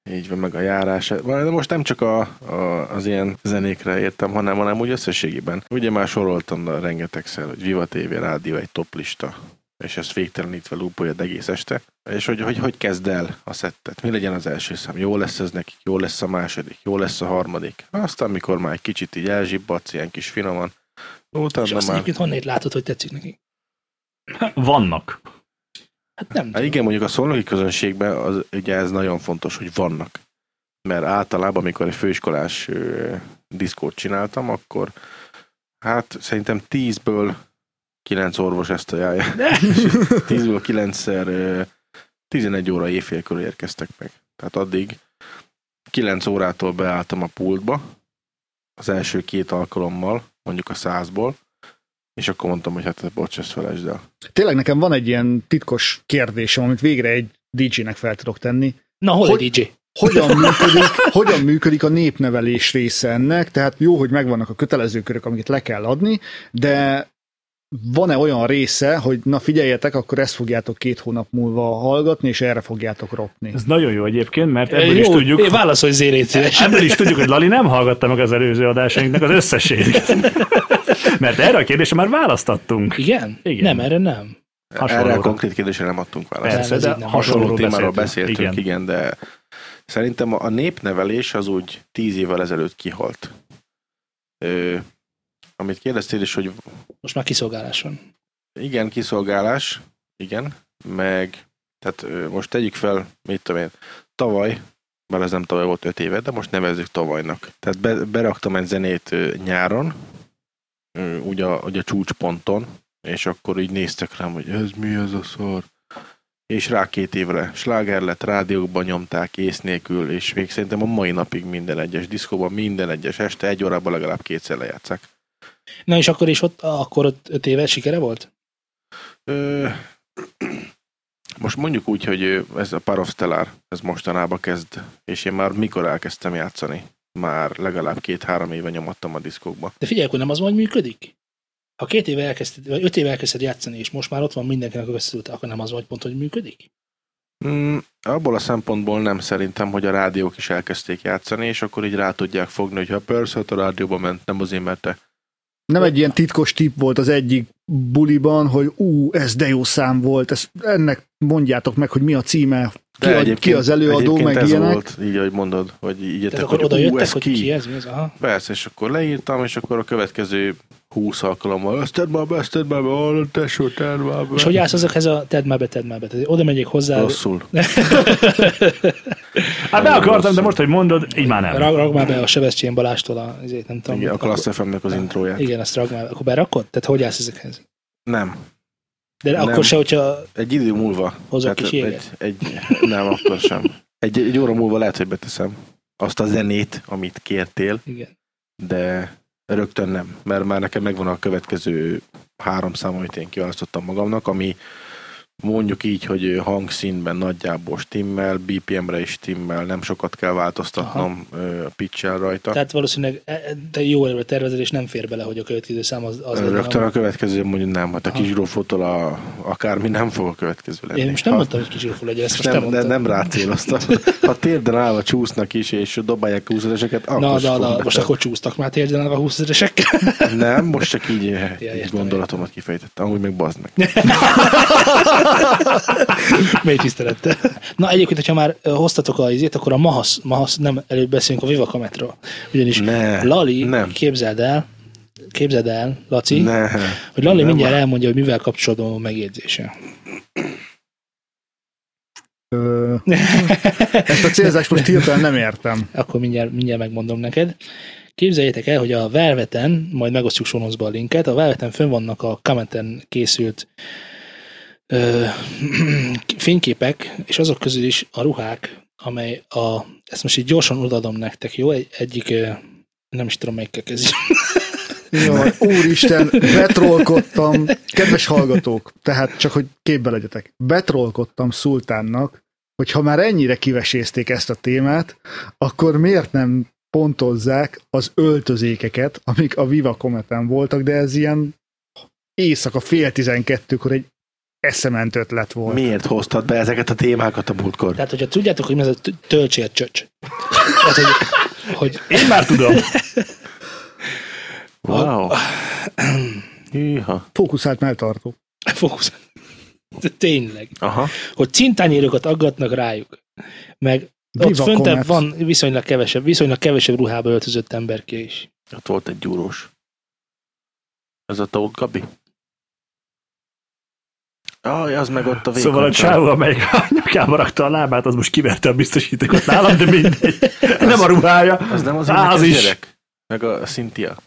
így van, meg a járás. De most nem csak az ilyen zenékre értem, hanem úgy összességében. Ugye már soroltam rengetegszer, hogy Viva TV Rádió egy toplista, és ezt végtelenítve lúpoljad egész este. És hogy kezd el a szettet? Mi legyen az első szám? Jó lesz ez nekik? Jó lesz a második? Jó lesz a harmadik? Aztán, amikor már egy kicsit így elzsibbadsz, ilyen kis finoman. És azt egyébként honnét látod, hogy tetszik neki? Vannak. Hát nem tudom. Igen, mondjuk a szolnoki közönségben ugye ez nagyon fontos, hogy vannak. Mert általában, amikor egy főiskolás diszkót csináltam, akkor hát szerintem 10-ből 9 orvos ezt ajánlja. 10-ből 9-szer 11 óra éjfél körül érkeztek meg. Tehát addig 9 órától beálltam a pultba, az első 2 alkalommal, mondjuk a 100-ból, és akkor mondtam, hogy hát bocs, ezt felejtsd el. Tényleg nekem van egy ilyen titkos kérdésem, amit végre egy DJ-nek fel tudok tenni. Na, hol a DJ? Hogyan működik a népnevelés része ennek? Tehát jó, hogy megvannak a kötelező körök, amiket le kell adni, de van-e olyan része, hogy na figyeljetek, akkor ezt fogjátok 2 hónap múlva hallgatni, és erre fogjátok ropni? Ez nagyon jó egyébként, mert ebből is tudjuk... Válaszolj Zérét szíves. Ebből is tudjuk, hogy Lali nem hallgatta meg az előző adásainknak az összességét. Mert erre a kérdésre már választattunk. Igen? Nem, erre nem. Erre a konkrét kérdésre nem adtunk választ. Persze, de hasonló témáról beszéltünk, igen, de szerintem a népnevelés az úgy 10 évvel ezelőtt kihalt. Amit kérdeztél is, hogy... Most már kiszolgálás van. Igen, kiszolgálás, igen, meg, tehát most tegyük fel, mit tudom én, tavaly, bár ez nem tavaly volt 5 éve, de most nevezzük tavalynak. Tehát beraktam egy zenét nyáron, úgy a csúcsponton, és akkor így néztek rám, hogy ez mi ez a szar? És rá 2 évre sláger lett, rádiókban nyomták ész nélkül, és még szerintem a mai napig minden egyes diszkóban, minden egyes este 1 órában legalább 2-szer lejátszák. Na és akkor is akkor 5 éves sikere volt? Most mondjuk úgy, hogy ez a Par of Stellar, ez mostanában kezd, és én már mikor elkezdtem játszani? Már legalább 2-3 éve nyomattam a diszkókba. De figyelj, akkor nem az, hogy működik? Ha 2 éve elkezdted, vagy 5 éve elkezdted játszani, és most már ott van mindenkinek a összeszült, akkor nem az, hogy pont, hogy működik? Abból a szempontból nem, szerintem, hogy a rádiók is elkezdték játszani, és akkor így rá tudják fogni, hogy ha persze a rádióba ment, nem azért, mert te... Nem egy ilyen titkos tipp volt az egyik buliban, hogy ez de jó szám volt, ennek mondjátok meg, hogy mi a címe, ki az előadó, meg ez ilyenek. Volt, így ahogy mondod, hogy így jöttek, akkor oda jöttek, hogy ki ez, mi ez? Aha. Persze, és akkor leírtam, és akkor a következő 20 alkalommal, ezt tedd már be, tesó, tedd már be. És hogy állsz azokhez a tedd már be. Oda megyek hozzá. Rosszul. Hát be akartam, de most, hogy mondod, így már nem. Rag már be a Sebestyén Balástól nem tudom. Igen, a Klassz FM-nek az intróját. Igen, azt rag már be. Akkor berakod? Tehát hogy állsz ezekhez? Nem. De nem. Akkor se, hogyha... Egy idő múlva. Hozok kis jéget? Nem, akkor sem. Egy óra múlva lehet, hogy beteszem azt a zenét, amit kértél. Igen. De rögtön nem, mert már nekem megvan a következő 3 szám, amit én kiválasztottam magamnak, ami mondjuk így, hogy hangszínben nagyjából stimmel, BPM-re is stimmel, nem sokat kell változtatnom pitch-el rajta. Tehát valószínűleg te jó előre tervezel, és nem fér bele, hogy a következő szám az rögtön a következő mondjuk nem, hát a kis zsírófótól akármi nem fog a következő lenni. Én most nem mondtam, hogy kis zsírófó legyen, ezt most nem, nem rácéloztam. Ha térden állva csúsznak is, és dobálják a 20-eseket, akkor most akkor csúsztak már térden állva 20-esekkel. Nem, most csak így gondolatomat kifejtettem, amúgy meg bazd meg. Mély tisztelettel. Na egyébként, hogyha már hoztatok a izét, akkor a Mahasz nem előbb beszélünk a Viva Cometról. Ugyanis Lali, képzeld el, Laci, hogy Lali mindjárt elmondja, hogy mivel kapcsolatban a megjegyzése. Ezt a célzást most hirtelen nem értem. Akkor mindjárt megmondom neked. Képzeljétek el, hogy a Velveten, majd megosztjuk Sonoszba a linket, a Velveten fönn vannak a Cometen készült fényképek, és azok közül is a ruhák, amely ezt most így gyorsan odaadom nektek, jó? Egyik, nem is tudom, melyikkel kezdjük. Jaj, úristen, betrollkodtam, kedves hallgatók, tehát csak, hogy képbe legyetek, betrollkodtam Szultánnak, hogy ha már ennyire kivesézték ezt a témát, akkor miért nem pontozzák az öltözékeket, amik a Viva Cometen voltak, de ez ilyen éjszaka 11:30-kor egy eszement ötlet volt. Miért hoztad be ezeket a témákat a múltkor? Tehát, hogyha tudjátok, hogy mi ez a töltsércsöcs. Tehát, hogy Én már tudom. Wow. Hűha. Fókuszált melltartó. fókusz. Tényleg. Aha. Hogy cintányérokat aggatnak rájuk. Meg ott Viva föntebb Comet. van viszonylag kevesebb ruhába öltözött emberké is. Ott volt egy gyúrós. Ez a Tóth Gabi? Az meg ott a végén. Szóval a csávó, amelyik a nyakába rakta a lábát, az most kiverte a biztosítékot nálam, de mindegy. Nem a ruhája. Az nem az az énekes is. gyerek? Meg a Cynthia.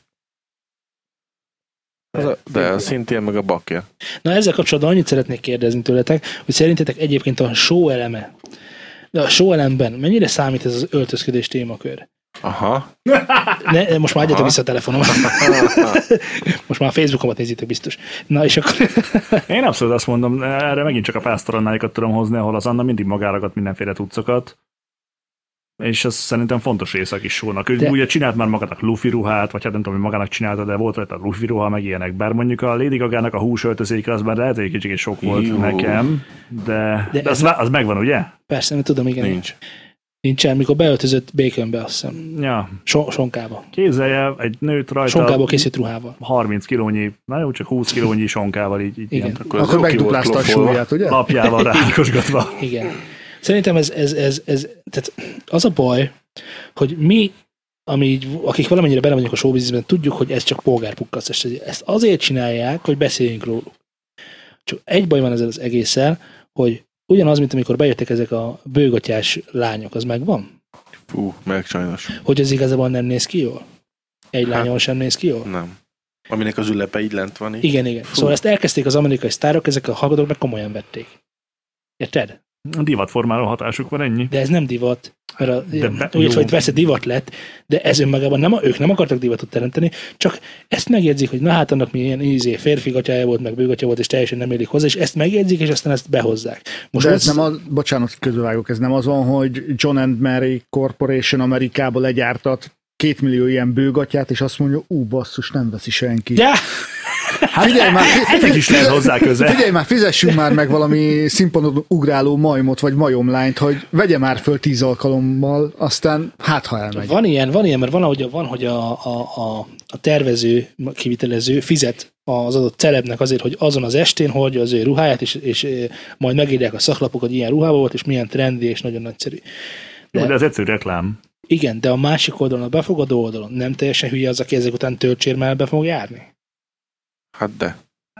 De a Cynthia meg a bakja. Na ezzel kapcsolatban annyit szeretnék kérdezni tőletek, hogy szerintetek egyébként a show eleme, de a show elemben mennyire számít ez az öltözködés témakör? Aha. Most már adjatok vissza a telefonom. Most már a Facebookomat nézitek biztos. Na és akkor... Én abszolút azt mondom, erre megint csak a pásztorannáikat tudom hozni, ahol az Anna mindig magáragat mindenféle cuccokat. És ez szerintem fontos része a kis show-nak. Ő ugye csinált már magának lufi ruhát, vagy hát nem tudom, hogy magának csinálta, de volt rajta lufi ruha, meg ilyenek. Bár mondjuk a Lady Gagának a húsöltözéke az már lehet, hogy kicsit sok volt Jó. nekem, de az megvan, ugye? Persze, nem tudom, igen. Nincs. Nincsen, mikor beöltözött Baconbe, azt hiszem. Ja. Sonkába. Képzelje egy nőt rajta Sonkából készült ruhával. 30 kilónyi, na jó, csak 20 kilónyi sonkával így Igen. ilyen Akkor megduplázta a súlyát, ugye? lapjával rákosgatva. Igen. Szerintem ez tehát az a baj, hogy mi, akik valamennyire bele vagyunk a showbizniszben, tudjuk, hogy ez csak polgárpukkasztás. Ezt azért csinálják, hogy beszéljünk róluk. Csak egy baj van ezzel az egésszel, hogy ugyanaz, mint amikor bejöttek ezek a bőgatyás lányok, az megvan? Fú, meg sajnos. Hogy ez igazából nem néz ki jól? Egy lányon sem néz ki jól? Nem. Aminek az ülepe így lent van. Így. Igen. Szóval ezt elkezdték az amerikai sztárok, ezek a hallgatók meg komolyan vették. Érted? Divatformáló hatásuk van, ennyi. De ez nem divat. Mert jó. hogy persze divat lett, de ez önmagában ők nem akartak divatot teremteni, csak ezt megjegyzik, hogy na hát annak milyen férfi gatyája volt, meg bőgatya volt, és teljesen nem élik hozzá, és ezt megjegyzik, és aztán ezt behozzák. Most de ez nem bocsánat, közülvágok, ez nem az van, hogy John and Mary Corporation Amerikából legyártat 2 millió ilyen bőgatyát, és azt mondja, basszus, nem veszi senki. Ja! Figyelj már, Ennek is lehet hozzá köze. Figyelj már, fizessünk már meg valami színpadon ugráló majmot, vagy majomlányt, hogy vegye már föl 10 alkalommal, aztán hát, ha elmegy. Van ilyen, mert van, hogy a tervező, kivitelező fizet az adott celebnek azért, hogy azon az estén hordja az ő ruháját, és majd megírják a szaklapok, hogy ilyen ruhában volt, és milyen trendi, és nagyon nagyszerű. De ez egyszerű reklám. Igen, de a másik oldalon, a befogadó oldalon nem teljesen hülye az, aki ezek után töltsérmel fog járni? Hát de.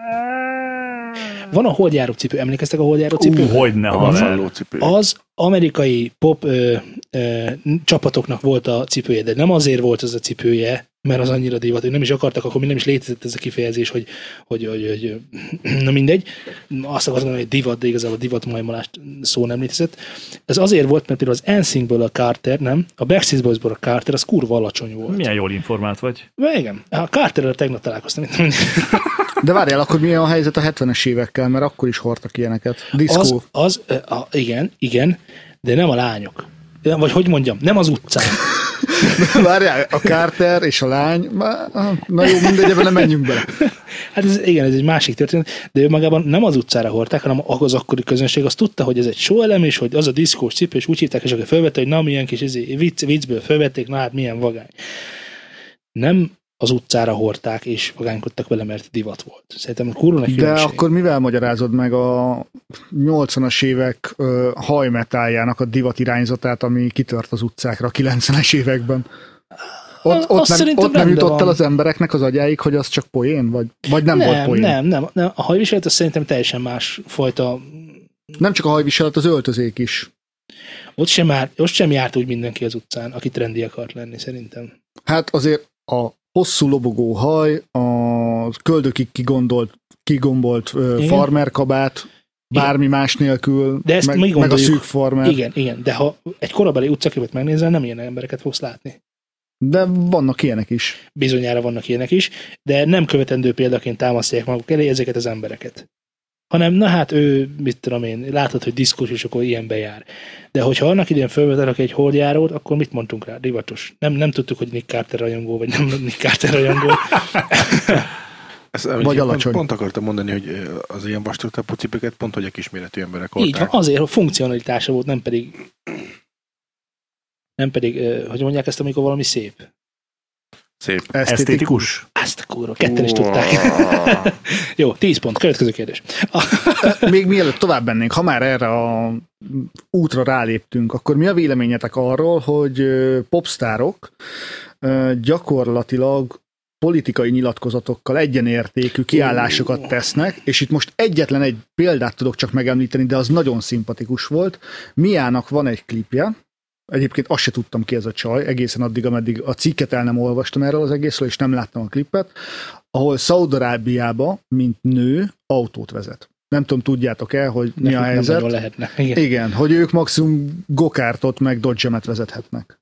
Van a holdjáró cipő, emlékeztek a holdjáró cipő? Hogyne, A cipő. Az amerikai pop csapatoknak volt a cipője, de nem azért volt az a cipője, mert az annyira divat, hogy nem is akartak, akkor még nem is létezett ez a kifejezés, hogy na mindegy. Azt akartam, hogy divat, de igazából divatmajmolást szó nem létezett. Ez azért volt, mert például az NSYNC-ből a Carter, nem? A Backstreet Boys-ból a Carter, az kurva alacsony volt. Milyen jól informált vagy. Igen, a Carterrel tegnap találkoztam. De várjál, akkor milyen a helyzet a 70-es évekkel, mert akkor is hordtak ilyeneket. Diszkó. Igen, de nem a lányok. Vagy hogy mondjam, nem az utcán. Várjál, a Carter és a lány, na jó, mindegy, ebben nem menjünk bele. Hát ez egy másik történet, de ő magában nem az utcára hordták, hanem az akkori közönség azt tudta, hogy ez egy show elem, és hogy az a diszkós cipő, és úgy hívták, és akkor felvette, hogy na milyen kis viccből felvették, na hát milyen vagány. Nem az utcára hordták, és vagánykodtak vele, mert divat volt. Szerintem kurva nagy De különbség. akkor mivel magyarázod meg a 80-as évek hajmetáljának a divat irányzatát, ami kitört az utcákra a 90-es években? Ott nem jutott el az embereknek az agyáig, hogy az csak poén? Vagy nem volt poén? Nem. A hajviselet az szerintem teljesen más fajta. Nem csak a hajviselet, az öltözék is. Ott sem járt úgy mindenki az utcán, aki trendi akart lenni, szerintem. Hát azért a hosszú lobogó haj, a köldökig kigombolt farmerkabát, bármi más nélkül, de ezt meg a szűk farmer. Igen, de ha egy korabeli utcaképet megnézel, nem ilyen embereket fogsz látni. De vannak ilyenek is. Bizonyára vannak ilyenek is, de nem követendő példaként támasztják maguk elé ezeket az embereket. Hanem, na hát ő, mit tudom én, látod, hogy diszkós, és akkor ilyenbe jár. De hogyha annak idején felvetelek egy holdjárót, akkor mit mondtunk rá? Divatos. Nem tudtuk, hogy Nick Carter rajongó, vagy nem Nick Carter rajongó. vagy alacsony. Pont akartam mondani, hogy az ilyen vastagtápú cipőket pont, hogy a kisméretű emberek hordták. Így van, azért, hogy funkcionalitása volt, nem pedig, hogy mondják ezt, amikor valami szép. Szép. Esztétikus? Azt a kurva, ketten is tudták. Jó, 10 pont. Következő kérdés. Még mielőtt tovább mennénk, ha már erre a útra ráléptünk, akkor mi a véleményetek arról, hogy popstárok gyakorlatilag politikai nyilatkozatokkal egyenértékű kiállásokat tesznek, és itt most egyetlen egy példát tudok csak megemlíteni, de az nagyon szimpatikus volt. Miának van egy klipje, egyébként azt se tudtam ki ez a csaj, egészen addig, ameddig a cikket el nem olvastam erről az egészről, és nem láttam a klipet, ahol Szaúd-Arábiába, mint nő, autót vezet. Nem tudom, tudjátok-e, hogy mi a helyzet? Nem lehetne. Igen, hogy ők maximum gokártot meg Dodge-emet vezethetnek.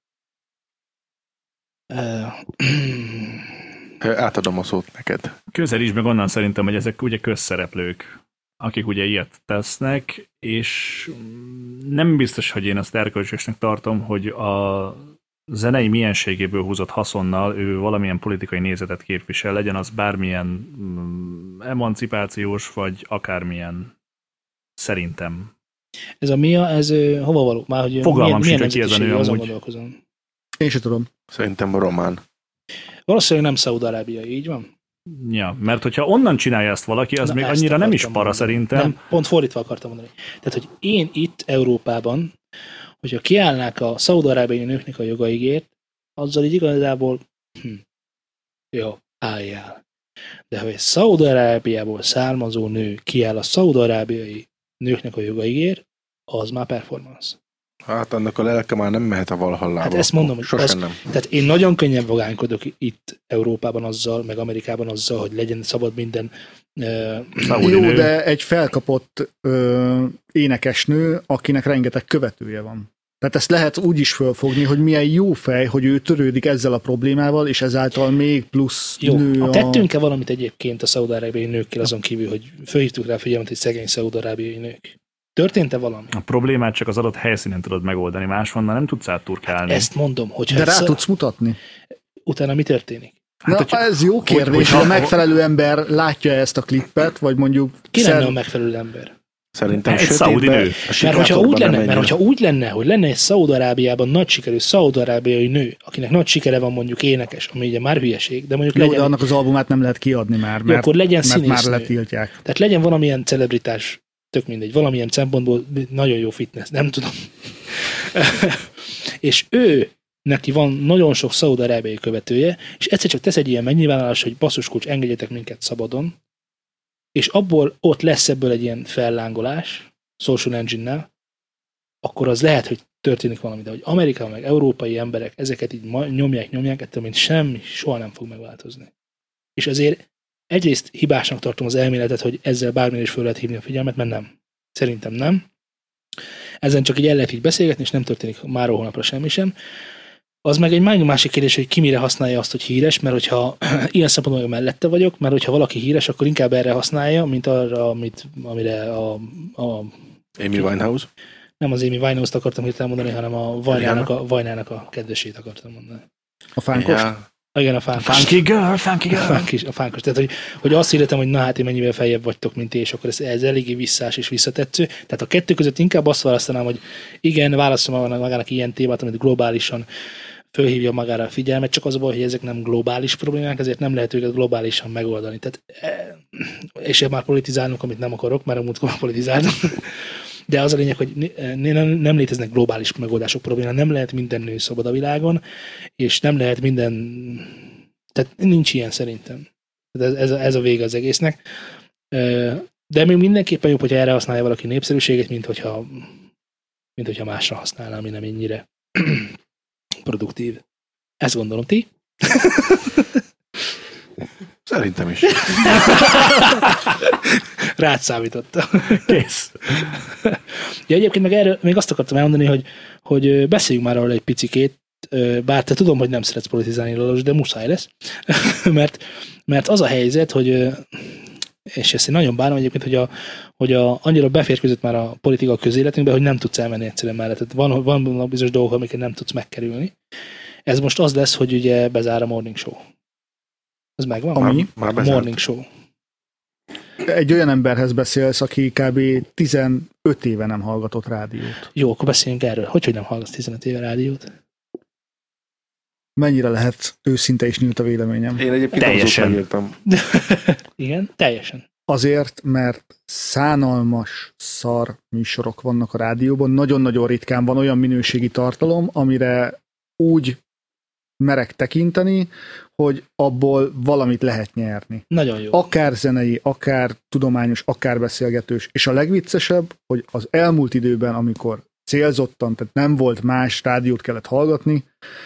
Átadom a szót neked. Közelítsd meg onnan szerintem, hogy ezek ugye közszereplők, akik ugye ilyet tesznek, és nem biztos, hogy én azt erkölcsösnek tartom, hogy a zenei mienségéből húzott haszonnal ő valamilyen politikai nézetet képvisel, legyen az bármilyen emancipációs, vagy akármilyen, szerintem. Ez a Mia, ez hova való? Már, hogy fogalmam sincs, hogy ki ez a nő amúgy. Én sem tudom. Szerintem a román. Valószínűleg nem Szaúd-arábiai, így van? Ja, mert hogyha onnan csinálja ezt valaki, az még annyira nem is para mondani. Szerintem. Nem, pont fordítva akartam mondani. Tehát, hogy én itt Európában, hogyha kiállnák a szaúd-arábiai nőknek a jogaiért, azzal így igazából jó, álljál. De ha egy Szaúd-Arábiából származó nő kiáll a szaúd-arábiai nőknek a jogaiért, az már performance. Hát annak a lelke már nem mehet a Valhallába. Hát ezt mondom, hogy sosem nem. Tehát én nagyon könnyen vagánykodok itt Európában azzal, meg Amerikában azzal, hogy legyen szabad minden jó, de egy felkapott énekesnő, akinek rengeteg követője van. Tehát ezt lehet úgy is fölfogni, hogy milyen jó fej, hogy ő törődik ezzel a problémával, és ezáltal még plusz jó, nő a... Tettünk-e valamit egyébként a szaúd-arábiai nőkkel azon kívül, hogy fölhívtuk rá figyelmet, hogy szegény szaúd-arábiai nők? Történt-e valami? A problémát csak az adott helyszínen tudod megoldani, máshonnan nem tudsz átturkálni. Ezt mondom, hogy de rá tudsz mutatni. Utána mi történik? Hát, ez jó kérdés, hogy a megfelelő ember látja ezt a klippet, vagy mondjuk... Ki lenne a megfelelő ember? Szerintem egy szaudi nő. Mert hogyha úgy lenne, hogy lenne egy Szaúd-Arábiában nagy sikerű szaúd-arábiai nő, akinek nagy sikere van mondjuk énekes, ami ugye már hülyeség, de mondjuk legyen... de annak az albumát nem lehet kiadni már, mert, akkor legyen mert már letiltják. Tehát legyen valamilyen celebritás, tök mindegy, valamilyen szempontból nagyon jó fitness, nem tudom. És neki van nagyon sok szaúd-arábiai követője, és egyszer csak tesz egy ilyen megnyilvánulás, hogy basszuskulcs, engedjetek minket szabadon, és abból ott lesz ebből egy ilyen fellángolás, social engine-nel, akkor az lehet, hogy történik valami, de hogy Amerika meg európai emberek ezeket így nyomják, ettől mint semmi, soha nem fog megváltozni. És ezért egyrészt hibásnak tartom az elméletet, hogy ezzel bármilyen is föl lehet hívni a figyelmet, mert nem. Szerintem nem. Ezen csak így el lehet így beszélgetni, és nem történik máról holnapra semmi sem. Az meg egy másik kérdés, hogy ki mire használja azt, hogy híres, mert hogyha ilyen szempontból mellette vagyok, mert hogyha valaki híres, akkor inkább erre használja, mint arra, amire a Amy Winehouse? Nem az Amy Winehouse-t akartam hirtelen mondani, hanem a Vajnának a kedvesét akartam mondani. A fánkost? Ja. Igen, a fánkos. Funky girl. A fánkos. Tehát, hogy azt hirdetem, hogy na hát én mennyivel feljebb vagytok, mint ti, és akkor ez eléggé visszás és visszatetsző. Tehát a kettő között inkább azt választanám, hogy igen, válaszol magának ilyen témát, amit globálisan fölhívja magára a figyelmet, csak az a baj, hogy ezek nem globális problémák, ezért nem lehet őket globálisan megoldani. Tehát, és már politizálnunk, amit nem akarok, mert a múltkor politizálunk. De az a lényeg, hogy nem léteznek globális megoldások problémák, nem lehet minden nő szabad a világon, és nem lehet minden... Tehát nincs ilyen szerintem. Ez a vége az egésznek. De még mindenképpen jobb, hogyha erre használja valaki népszerűséget, mint hogyha másra használná, ami nem ennyire produktív. Ezt gondolom, ti? Szerintem is. Rád számítottam. Kész. Ja, egyébként meg erről még azt akartam elmondani, hogy beszéljünk már arról egy picikét, bár te tudom, hogy nem szeretsz politizálni, Lalos, de muszáj lesz. mert az a helyzet, hogy és ezt én nagyon bánom egyébként, hogy annyira beférkőzött már a politika a közéletünkbe, hogy nem tudsz elmenni egyszerűen mellett. Tehát van bizonyos dolgok, amiket nem tudsz megkerülni. Ez most az lesz, hogy ugye bezár a morning show. Ez megvan? Már Morning show. egy olyan emberhez beszélsz, aki kb. 15 éve nem hallgatott rádiót. Jó, akkor beszéljünk erről. Hogy nem hallgatsz 15 éve rádiót? Mennyire lehet őszinte és nyílt a véleményem? Én egyébként teljesen megírtam. Igen, teljesen. Azért, mert szánalmas szar műsorok vannak a rádióban, nagyon-nagyon ritkán van olyan minőségi tartalom, amire úgy merek tekinteni, hogy abból valamit lehet nyerni. Nagyon jó. Akár zenei, akár tudományos, akár beszélgetős. És a legviccesebb, hogy az elmúlt időben, amikor célzottan, tehát nem volt más rádiót kellett hallgatni,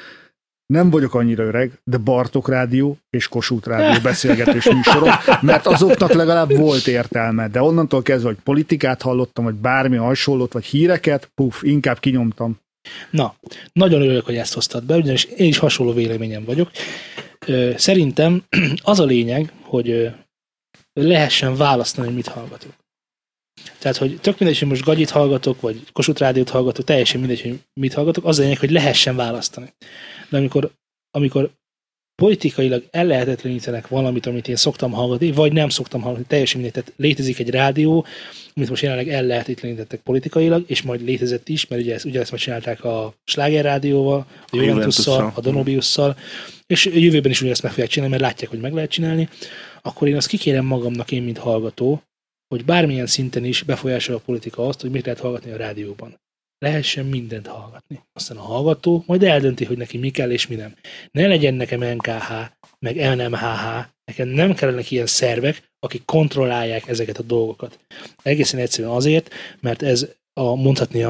nem vagyok annyira öreg, de Bartók Rádió és Kossuth Rádió beszélgetős műsorok, mert azoknak legalább volt értelme, de onnantól kezdve, hogy politikát hallottam, vagy bármi hasonlót, vagy híreket, inkább kinyomtam. Na, nagyon örülök, hogy ezt hoztad be, ugyanis én is hasonló véleményem vagyok. Szerintem az a lényeg, hogy lehessen választani, hogy mit hallgatok. Tehát, hogy tök mindegy, hogy most Gagyit hallgatok, vagy Kossuth Rádiót hallgatok, teljesen mindegy, hogy mit hallgatok, az a lényeg, hogy lehessen választani. De amikor politikailag ellehetetlenítenek valamit, amit én szoktam hallgatni, vagy nem szoktam hallgatni, teljesen mindegy. Tehát létezik egy rádió, amit most jelenleg ellehetetlenítettek politikailag, és majd létezett is, mert ugye ezt már csinálták a Sláger Rádióval, a Juventusszal, a Danubiusszal, és jövőben is ugyanezt meg fogják csinálni, mert látják, hogy meg lehet csinálni, akkor én azt kikérem magamnak, én, mint hallgató, hogy bármilyen szinten is befolyásol a politika azt, hogy mit lehet hallgatni a rádióban. Lehessen mindent hallgatni. Aztán a hallgató majd eldönti, hogy neki mi kell és mi nem. Ne legyen nekem NKH, meg NMHH, nekem nem kellenek ilyen szervek, akik kontrollálják ezeket a dolgokat. Egészen egyszerűen azért, mert ez mondhatni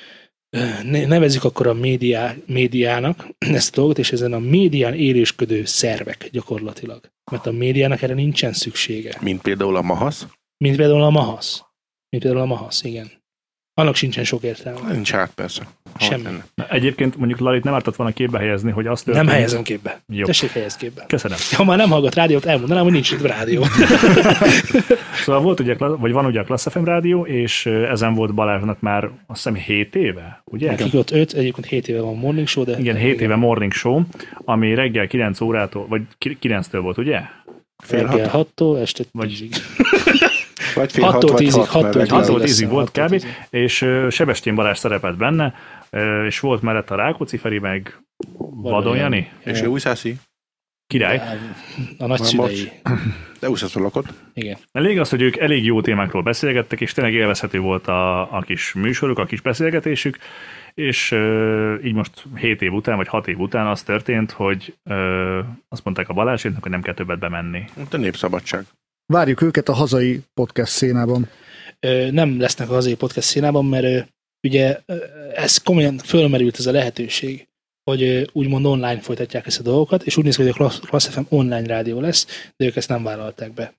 nevezzük akkor a médiának ezt a dolgot, és ezen a médián élősködő szervek gyakorlatilag. Mert a médiának erre nincsen szüksége. Mint például a MAHASZ? Mint például a MAHASZ, igen. Annak sincsen sok értelme. Nincs hát persze. Semmi. Egyébként mondjuk Lalit nem ártott volna képbe helyezni, hogy azt történt. Nem helyezem képbe. Jó. Tessék, helyezd képbe. Köszönöm. Ha már nem hallgat rádiót, elmondanám, hogy nincs itt rádió. Szóval volt ugye, vagy van ugye a Class FM rádió, és ezen volt Balázsnak már azt hiszem 7 éve, ugye? Nekik ott 5, egyébként 7 éve van Morning Show, de... Igen, 7 éve Morning Show, ami reggel 9 órától, vagy 9-től volt, ugye? Reggel 6-tól, este 10-ig. Vagy fél 6-tól 10-ig volt kb. És Sebestyén Balázs szerepelt benne, és volt mellett a Rákóczi Feri, meg Vadon Jani. És ő Újszászi. Király. A nagyszülei. De Újszászon lakott. Igen. Elég az, hogy ők elég jó témákról beszélgettek, és tényleg élvezhető volt a kis műsoruk, a kis beszélgetésük, és így most 7 év után, vagy 6 év után az történt, hogy azt mondták a Balázséknak, hogy nem kell többet bemenni. A népszabadság. Várjuk őket a hazai podcast szénában. Nem lesznek a hazai podcast szénában, mert ugye ez komolyan fölmerült ez a lehetőség, hogy úgymond online folytatják ezt a dolgokat, és úgy néz ki, hogy a Class FM online rádió lesz, de ők ezt nem vállalták be.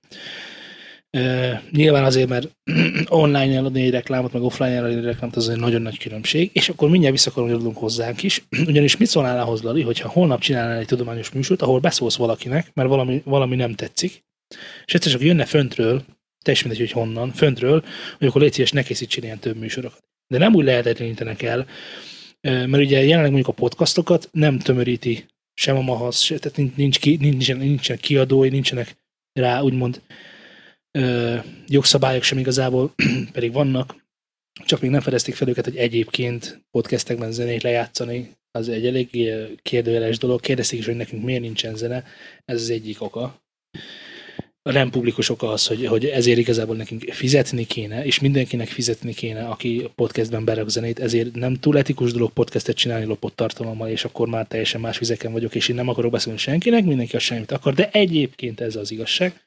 Nyilván azért, mert online eladni egy reklámot, meg offline eladni egy reklámot, az egy nagyon nagy különbség, és akkor mindjárt visszakanyarodunk hozzánk is, ugyanis mit szólnál ahhoz, Lali, hogyha holnap csinálnál egy tudományos műsort, ahol beszólsz valakinek, mert valami nem tetszik, és egyszer csak jönne föntről, teljesen mindegy, hogy honnan, föntről, hogy akkor légy szíves, ne készítsen ilyen több műsorokat. De nem úgy lehetetlenítenek el, mert ugye jelenleg mondjuk a podcastokat nem tömöríti sem a MAHASZ, tehát nincsen kiadói, nincsenek rá úgymond jogszabályok sem igazából, pedig vannak, csak még nem fedezték fel őket, hogy egyébként podcastekben zenét lejátszani, az egy elég kérdőjeles dolog. Kérdezték is, hogy nekünk miért nincsen zene, ez az egyik oka. A nem publikus oka az, hogy ezért igazából nekünk fizetni kéne, és mindenkinek fizetni kéne, aki podcastben berak zenét, ezért nem túl etikus dolog podcastet csinálni lopott tartalommal, és akkor már teljesen más vizeken vagyok, és én nem akarok beszélni senkinek, mindenki azt semmit akar, de egyébként ez az igazság.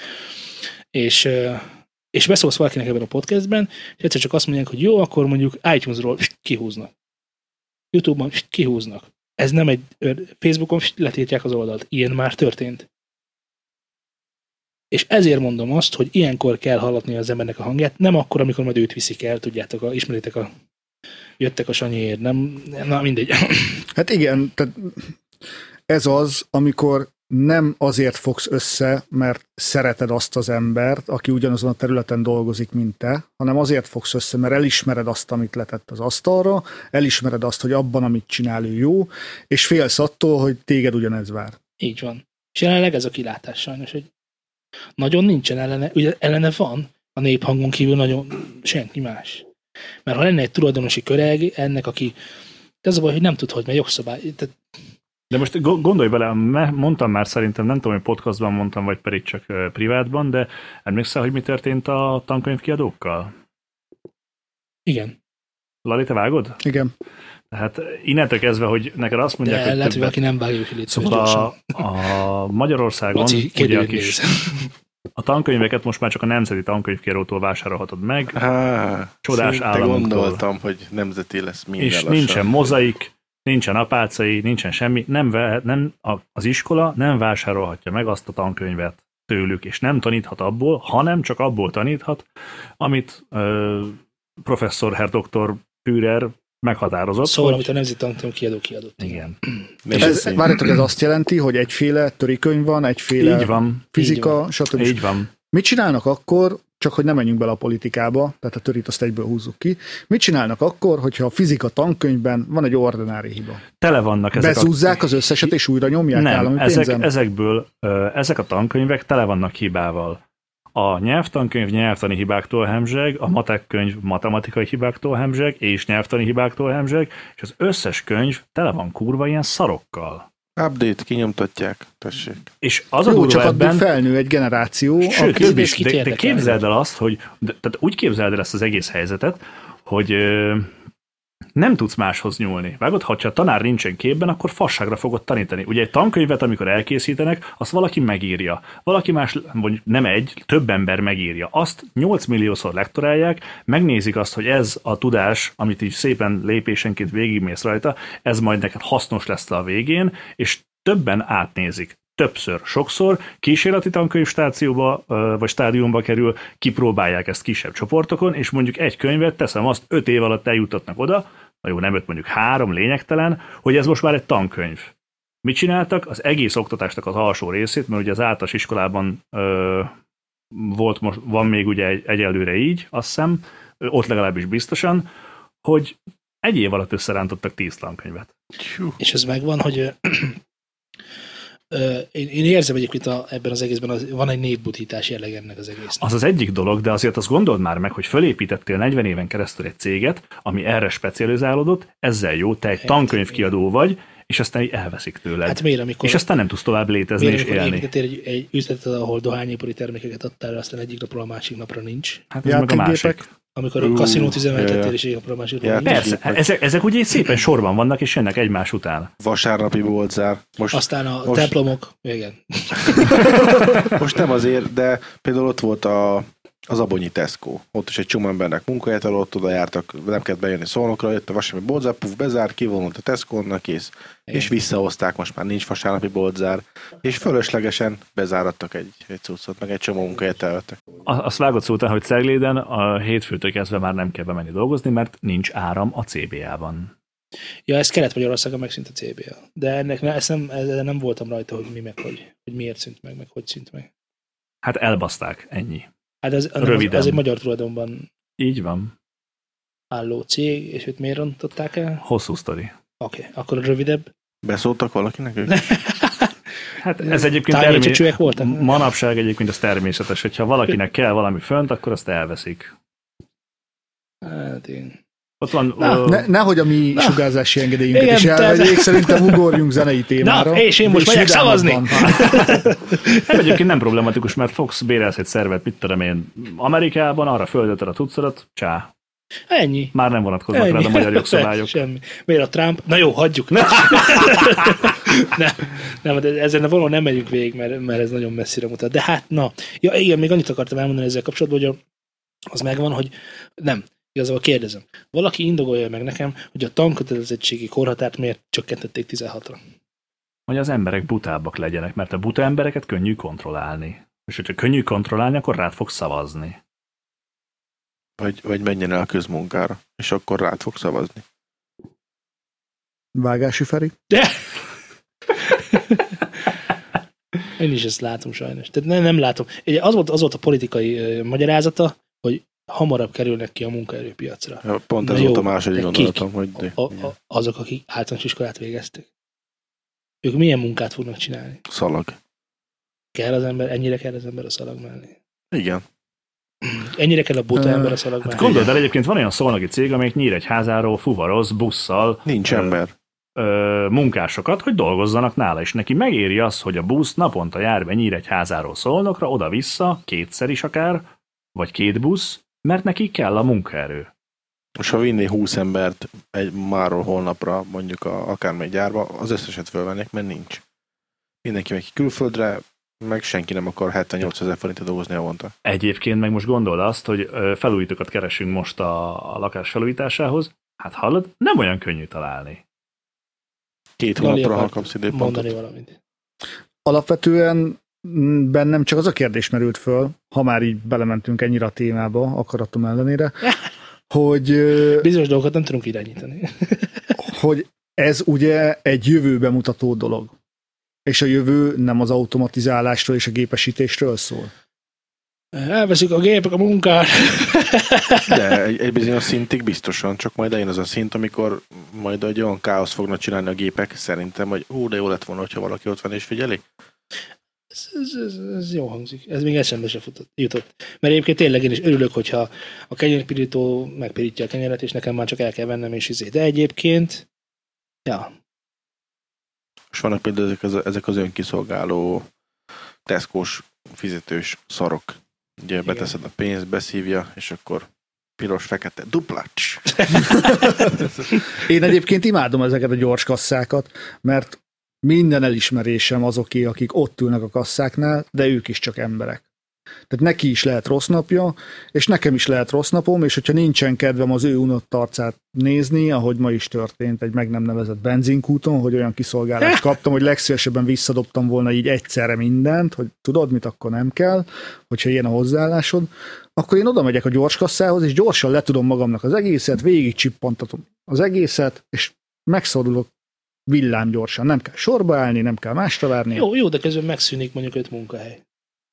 És beszólsz valakinek ebben a podcastben, és egyszer csak azt mondják, hogy jó, akkor mondjuk iTunes-ról kihúznak. YouTube-on kihúznak. Ez nem egy Facebookon letiltják az oldalt. Ilyen már történt. És ezért mondom azt, hogy ilyenkor kell hallatni az embernek a hangját, nem akkor, amikor majd őt viszik el, tudjátok, ismeritek jöttek a Sanyiért, nem? Na, mindegy. Hát igen, tehát ez az, amikor nem azért fogsz össze, mert szereted azt az embert, aki ugyanazon a területen dolgozik, mint te, hanem azért fogsz össze, mert elismered azt, amit letett az asztalra, elismered azt, hogy abban, amit csinál, ő jó, és félsz attól, hogy téged ugyanez vár. Így van. És jelenleg ez a kilátás sajnos, hogy nagyon nincsen ellene, ugye ellene van a néphangon kívül nagyon senki más. Mert ha lenne egy tulajdonosi köreg ennek, aki az a baj, hogy nem tud, hogy mert jogszabály. Tehát... De most gondolj bele, mondtam már szerintem, nem tudom, hogy podcastban mondtam, vagy pedig csak privátban, de emlékszel, hogy mi történt a tankönyvkiadókkal? Igen. Lali, te vágod? Igen. Tehát innentől kezdve, hogy neked azt mondják, de hogy lehet, hogy aki nem vágja, hogy szóval a Magyarországon Laci, ugye a tankönyveket most már csak a Nemzeti Tankönyvkiadótól vásárolhatod meg. Csodás államunktól. Gondoltam, hogy nemzeti lesz minden és lassan. Nincsen mozaik, nincsen apácai, nincsen semmi. Az iskola nem vásárolhatja meg azt a tankönyvet tőlük, és nem taníthat abból, hanem csak abból taníthat, amit professzor Herr Dr. Führer meghatározott. Szóval, amit a Nemzeti Tankönyvkiadó kiadott. Igen. Várjátok, ez azt jelenti, hogy egyféle törikönyv van, egyféle így van. fizika, stb. Így van. Mit csinálnak akkor, csak hogy nem menjünk bele a politikába, tehát a törit azt egyből húzzuk ki, mit csinálnak akkor, hogyha a fizika tankönyvben van egy ordinári hiba? Tele vannak ezek bezúzzák az összeset és újra nyomják állami pénzen? Ezek a tankönyvek tele vannak hibával. A nyelvtankönyv nyelvtani hibáktól hemzseg, a matek könyv matematikai hibáktól hemzseg, és nyelvtani hibáktól hemzseg, és az összes könyv tele van kurva ilyen szarokkal. Update, kinyomtatják, tessék. És az a jó, csak ebben, addig felnő egy generáció. Sőt, de képzeld el azt, hogy tehát úgy képzeld el ezt az egész helyzetet, hogy nem tudsz máshoz nyúlni. Vágod, ha a tanár nincsen képben, akkor fasságra fogod tanítani. Ugye egy tankönyvet, amikor elkészítenek, azt valaki megírja. Valaki más, vagy nem egy, több ember megírja. Azt 8 milliószor lektorálják, megnézik azt, hogy ez a tudás, amit így szépen lépésenként végigmész rajta, ez majd neked hasznos lesz a végén, és többen átnézik. Többször, sokszor kísérleti tankönyvstációba vagy stádiumba kerül, kipróbálják ezt kisebb csoportokon, és mondjuk egy könyvet, teszem azt, 5 év alatt eljutatnak oda, na jó, nem 5, mondjuk 3, lényegtelen, hogy ez most már egy tankönyv. Mit csináltak? Az egész oktatásnak az alsó részét, mert ugye az általános iskolában van még ugye egyelőre így, azt hiszem, ott legalábbis biztosan, hogy egy év alatt összerántottak 10 tankönyvet. És ez megvan, hogy én érzem egyébként ebben az egészben, van egy népbutítás jelleg ennek az egésznek. Az az egyik dolog, de azért azt gondold már meg, hogy fölépítettél 40 éven keresztül egy céget, ami erre specializálódott, ezzel jó, te egy tankönyvkiadó vagy, és aztán így elveszik tőled. Hát miért, amikor... És aztán nem tudsz tovább létezni és élni. Építettél egy üzletet, ahol dohányipari termékeket adtál, aztán egyik napról a másik napra nincs. Hát ez meg a másik. Amikor a kaszinót üzemeltettél, és egyik napról a másik napra nincs. Persze, ezek ugye szépen sorban vannak, és jönnek egymás után. Vasárnapi boltzár. Aztán a templomok, igen. Most nem azért, de például ott volt az Abonyi Tesco. Ott is egy csomó embernek munkahelyet adott, oda jártak, nem kellett bejönni Szolnokra, jött a vasárnapi boltzár, puf, bezár, kivonult a Tesco-nak, kész. Igen. És visszahozták, most már nincs vasárnapi boltzár, és fölöslegesen bezárattak egy cuccot, meg egy csomó munkahelyet elvettek. Azt vágott szó után, hogy Cegléden a hétfőtől kezdve már nem kell bemenni dolgozni, mert nincs áram a CBA-ban. Ja, ez Kelet-Magyarországon megszűnt a CBA. De ennek nem voltam rajta, hogy mi meg hogy miért szűnt meg hogy szűnt meg. Hát elbaszták, ennyi. Hát az egy magyar tulajdonban így van. Álló cég, és őt miért rontották el? Hosszú sztori. Oké, akkor rövidebb. Beszóltak valakinek ők? Hát ez egyébként voltak? Manapság egyébként ez természetes, hogyha valakinek kell valami fönt, akkor azt elveszik. Hát én... Ott van... Nehogy a mi sugárzási engedélyünket is elvegyék, szerintem ugorjunk zenei témára. Na, és én most megyek szavazni! Egyébként nem problematikus, mert fogsz bérelsz egy szervet, mit tudom én, Amerikában, arra földeted a cuccodat, csá. Ennyi. Már nem vonatkoznak rád a magyar jogszabályok. Semmi. Miért a Trump? Na jó, hagyjuk. nem, de ezen valahol nem megyünk végig, mert ez nagyon messzire mutat. De hát, na. Ja, igen, még annyit akartam elmondani ezzel kapcsolatban, hogy az megvan, hogy nem. Igazából kérdezem. Valaki indogolja meg nekem, hogy a tankötelezettségi korhatárt miért csökkentették 16-ra? Hogy az emberek butábbak legyenek, mert a buta embereket könnyű kontrollálni. És hogyha könnyű kontrollálni, akkor rád fog szavazni. Vagy menjen el a közmunkára, és akkor rád fog szavazni. Vágási Feri? De! Én is ezt látom sajnos. Tehát nem látom. Az volt a politikai magyarázata, hogy hamarabb kerülnek ki a munkaerőpiacra. Ja, pont ez volt a második gondolatom, hogy... Azok, akik általános iskolát végeztek. Ők milyen munkát fognak csinálni? Szalag. Ennyire kell az ember a szalag mellé. Igen. Ennyire kell a buta ember a szalag mellé. Hát gondold el, egyébként van olyan szolnoki cég, amelyik Nyíregyházáról fuvaroz busszal. Nincs ember. Munkásokat, hogy dolgozzanak nála, és neki megéri az, hogy a busz naponta jár be Nyíregyházáról Szolnokra, oda-vissza, 2-szer is akár, vagy 2 busz, mert neki kell a munkaerő. Most ha vinné 20 embert máról holnapra, mondjuk akármely gyárba, az összeset fölvennék, mert nincs. Mindenki megy külföldre, meg senki nem akar 78 000 forintot dolgozni havonta. Egyébként meg most gondold azt, hogy felújítókat keresünk most a lakás felújításához, hát hallod, nem olyan könnyű találni. 2 hónapra, ha kapsz időpontot. Mondani valamit. Alapvetően bennem csak az a kérdés merült föl, ha már így belementünk ennyire a témába, akaratom ellenére, hogy... Bizonyos dolgokat nem tudunk irányítani. hogy ez ugye egy jövőbe mutató dolog. És a jövő nem az automatizálásról és a gépesítésről szól. Elveszik a gépek a munkát. De egy bizonyos szintig biztosan, csak majd eljön az a szint, amikor majd egy olyan káosz fognak csinálni a gépek, szerintem, hogy de jó lett volna, hogyha valaki ott van és figyeli. Ez jó hangzik. Ez még eszembe se jutott. Mert egyébként tényleg én is örülök, hogyha a kenyérpirító megpirítja a kenyeret, és nekem már csak el kell vennem, és izé. De egyébként, ja. És vannak például ezek az önkiszolgáló Tesco-s fizetős szarok. Ugye igen. Beteszed a pénzt, beszívja, és akkor piros, fekete, duplács. Én egyébként imádom ezeket a gyors kasszákat, mert minden elismerésem azoké, akik ott ülnek a kasszáknál, de ők is csak emberek. Tehát neki is lehet rossz napja, és nekem is lehet rossz napom, és hogyha nincsen kedvem az ő unott arcát nézni, ahogy ma is történt egy meg nem nevezett benzinkúton, hogy olyan kiszolgálást kaptam, hogy legszívesebben visszadobtam volna így egyszerre mindent, hogy tudod mit, akkor nem kell, hogyha ilyen a hozzáállásod, akkor én oda megyek a gyorskasszához, és gyorsan letudom magamnak az egészet, végig csippantatom az egészet, és megszorulok villámgyorsan. Nem kell sorba állni, nem kell másra várni. Jó, de közben megszűnik mondjuk 5 munkahely.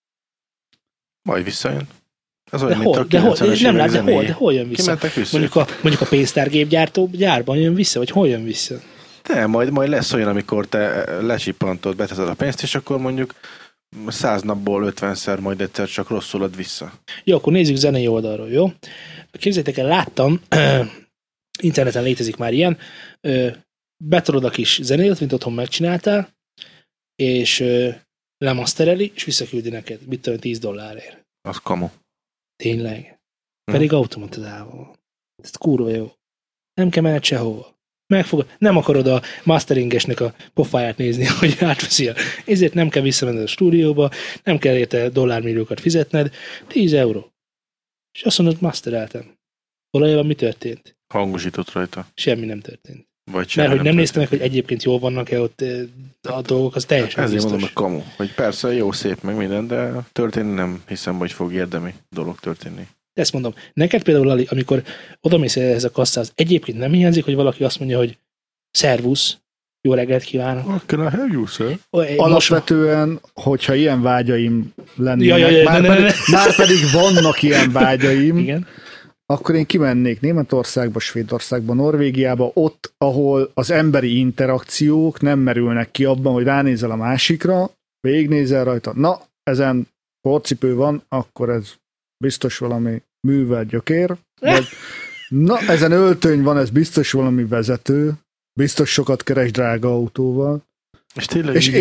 Majd visszajön. Ez olyan, mint a 90-es évek zenéje. De hol jön vissza? Mondjuk a pénztárgépgyártó gyárban jön vissza, vagy hol jön vissza? De majd lesz olyan, amikor te lecsippantod, beteszed a pénzt, és akkor mondjuk 100 napból 50-szer majd egyszer csak rosszul ad vissza. Jó, akkor nézzük zenei oldalról, jó? Képzeljétek el, láttam, interneten létezik már ilyen, betolod a kis zenét, mint otthon megcsináltál, és lemasztereli, és visszaküldi neked, mit tudom, $10. Az kamu. Tényleg. Pedig automatizálva van. Ez kurva jó. Nem kell mened sehova. Nem akarod a masteringesnek a pofáját nézni, hogy átveszi. Ezért nem kell visszamenned a stúdióba, nem kell érte dollármilliókat fizetned, €10. És azt mondod, mastereltem. Olajban mi történt? Hangosított rajta. Semmi nem történt. Mert hogy nem néztem meg, hogy egyébként jól vannak-e ott a dolgok, az teljesen ezért biztos. mondom, hogy kamu. Hogy persze jó, szép, meg minden, de történni nem hiszem, hogy fog érdemi dolog történni. Ezt mondom. Neked például, Lali, amikor odamész ehhez a kasszához, egyébként nem hiányzik, hogy valaki azt mondja, hogy szervusz, jó reggelt kívánok. What can I help you, sir? Alapvetően, hogyha ilyen vágyaim lennének, már pedig vannak ilyen vágyaim, igen. Akkor én kimennék Németországba, Svédországba, Norvégiába, ott, ahol az emberi interakciók nem merülnek ki abban, hogy ránézel a másikra, végignézel rajta, na, ezen porcipő van, akkor ez biztos valami művelt gyökér, vagy na, ezen öltöny van, ez biztos valami vezető, biztos sokat keres drága autóval. És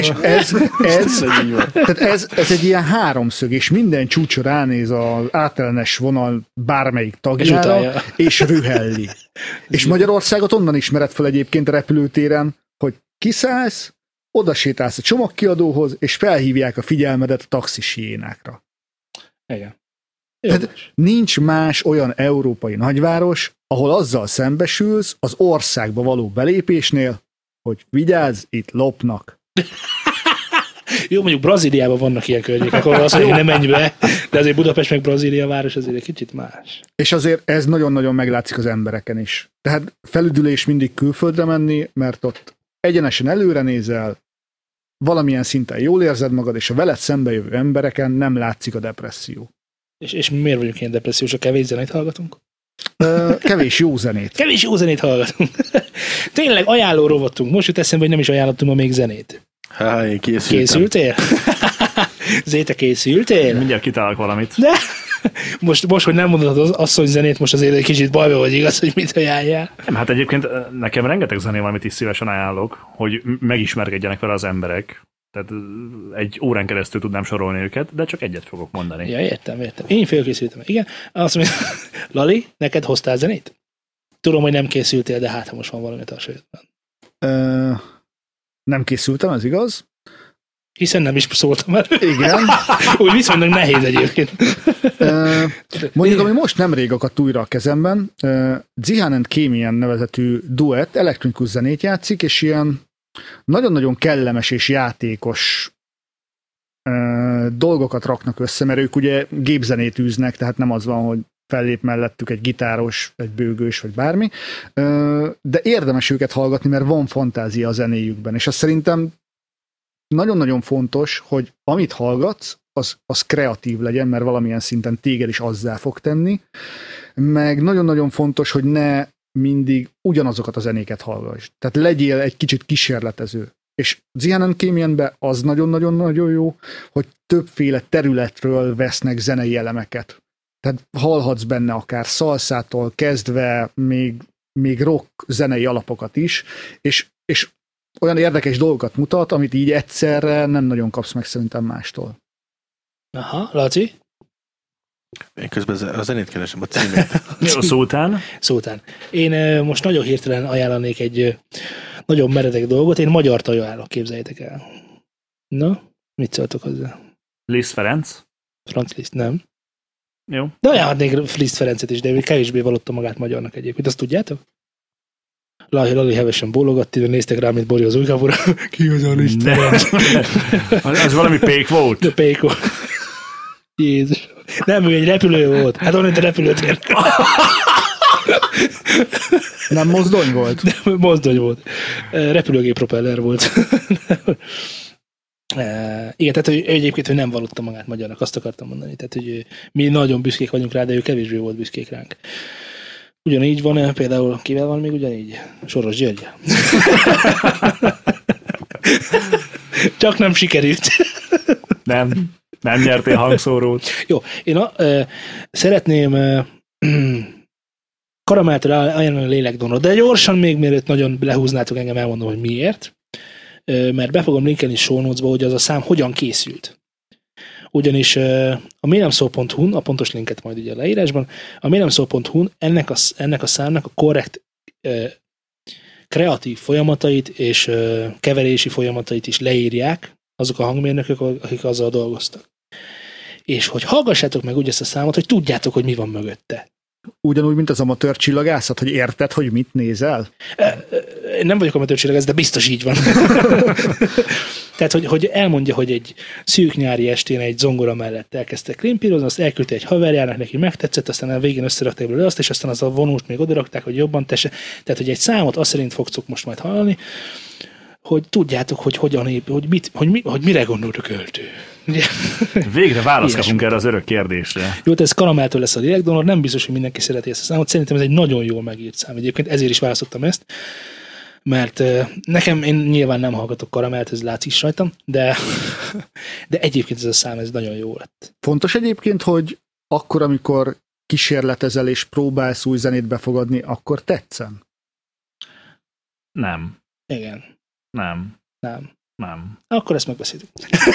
ez egy ilyen háromszög, és minden csúcsa ránéz az átellenes vonal bármelyik tagjára, és rühelli. És Magyarországot onnan ismered fel egyébként a repülőtéren, hogy kiszállsz, oda sétálsz a csomagkiadóhoz, és felhívják a figyelmedet a taxis hiénákra. Igen. Nincs más olyan európai nagyváros, ahol azzal szembesülsz az országba való belépésnél, hogy vigyázz, itt lopnak. Jó, mondjuk Brazíliában vannak ilyen környékek, ahol azt mondja, hogy nem menj be, de azért Budapest meg Brazília város azért egy kicsit más. És azért ez nagyon-nagyon meglátszik az embereken is. Tehát felüdülés mindig külföldre menni, mert ott egyenesen előre nézel, valamilyen szinten jól érzed magad, és a veled szembe jövő embereken nem látszik a depresszió. És miért vagyunk ilyen depressziós, kevés zenét hallgatunk? Kevés jó zenét. Kevés jó zenét hallgatunk. Tényleg ajánló rovatunk. Most jut eszembe, hogy nem is ajánlottunk ma még zenét. Én készültem. Készültél? Zéte készültél? Mindjárt kitálok valamit. De most, hogy nem mondod az asszony zenét, most azért egy kicsit bajba vagy, igaz, hogy mit ajánljál. Nem, hát egyébként nekem rengeteg zené van, amit is szívesen ajánlok, hogy megismerkedjenek vele az emberek. Tehát egy órán keresztül tudnám sorolni őket, de csak egyet fogok mondani. Ja, értem. Én félkészültem. Igen, azt mondja, Lali, neked hoztál zenét? Tudom, hogy nem készültél, de hát ha most van valami hasonlóan. Nem készültem, ez igaz. Hiszen nem is szóltam el. Igen. Úgy viszonylag nehéz egyébként. Mondjuk, ami most nemrég akadt újra a kezemben, Zihan and Kémien nevezetű duett elektronikus zenét játszik, és ilyen nagyon-nagyon kellemes és játékos dolgokat raknak össze, mert ők ugye gépzenét űznek, tehát nem az van, hogy fellép mellettük egy gitáros, egy bőgős, vagy bármi, de érdemes őket hallgatni, mert van fantázia a zenéjükben, és azt szerintem nagyon-nagyon fontos, hogy amit hallgatsz, az kreatív legyen, mert valamilyen szinten téged is azzá fog tenni, meg nagyon-nagyon fontos, hogy ne mindig ugyanazokat a zenéket hallgass. Tehát legyél egy kicsit kísérletező. És Zihan and Kémienben az nagyon-nagyon-nagyon jó, hogy többféle területről vesznek zenei elemeket. Tehát hallhatsz benne akár szalszától kezdve, még rock zenei alapokat is, és olyan érdekes dolgokat mutat, amit így egyszerre nem nagyon kapsz meg szerintem mástól. Aha, Laci? Én közben a zenét keresem, a címét. A Szultán? Én most nagyon hirtelen ajánlanék egy nagyon meredek dolgot. Én magyar ajánlok, képzeljétek el. Na, mit szóltok hozzá? Liszt Ferenc? Franz Liszt, nem. Jó. De ajánlhatnék Liszt Ferencet is, de ő kevésbé vallotta magát magyarnak egyébként. Azt tudjátok? Lali hevesen bólogat, néztek rá, mint Bori az újkapura. Ki az a Liszt Ferenc? Az valami pék volt? De pék volt. Jézus. Nem, ő egy repülő volt. Hát onnan a repülőtér. Nem mozdony volt? Nem, mozdony volt. Repülőgép propeller volt. Igen, tehát hogy egyébként hogy nem vallotta magát magyarnak, azt akartam mondani. Tehát, hogy mi nagyon büszkék vagyunk rá, de ő kevésbé volt büszkék ránk. Ugyanígy van, például kivel van még ugyanígy? Soros György. Csak nem sikerült. Nem nyertél hangszórót. Jó, én szeretném Karamelltől ajánlani a Lélekdonot, de gyorsan még mielőtt nagyon lehúznátok engem, elmondom, hogy miért. Mert be fogom linkelni show notes-ba, hogy az a szám hogyan készült. Ugyanis a mélynemszó.hu-n, a pontos linket majd ugye a leírásban, a mélynemszó.hu-n ennek a számnak a korrekt kreatív folyamatait és keverési folyamatait is leírják azok a hangmérnökök, akik azzal dolgoztak. És hogy hallgassátok meg úgy ezt a számot, hogy tudjátok, hogy mi van mögötte. Ugyanúgy, mint az amatőr csillagászat, hogy érted, hogy mit nézel? Nem vagyok amatőr csillagász, de biztos így van. Tehát, hogy elmondja, hogy egy szűk nyári estén egy zongora mellett elkezdte klimpírozni, azt elküldte egy haverjának, neki megtetszett, aztán a végén összerakták belőle azt, és aztán az a vonóst még odarakták, hogy jobban tesse. Tehát, hogy egy számot azt szerint fogtok most majd hallani, hogy tudjátok, hogy hogyan hogy mire gondolt a költő. Ugye? Végre választ kapunk erre az örök kérdésre. Jó, ez Karamelltől lesz a Lélekdonor, nem biztos, hogy mindenki szereti ezt a számot, szerintem ez egy nagyon jól megírt szám. Egyébként ezért is választottam ezt, mert nekem, én nyilván nem hallgatok Karamellt, ez látszik is rajtam, de egyébként ez a szám, ez nagyon jó lett. Fontos egyébként, hogy akkor, amikor kísérletezel és próbálsz új zenét befogadni, akkor tetszen? Nem. Igen. Nem. Akkor ezt megbeszéltük.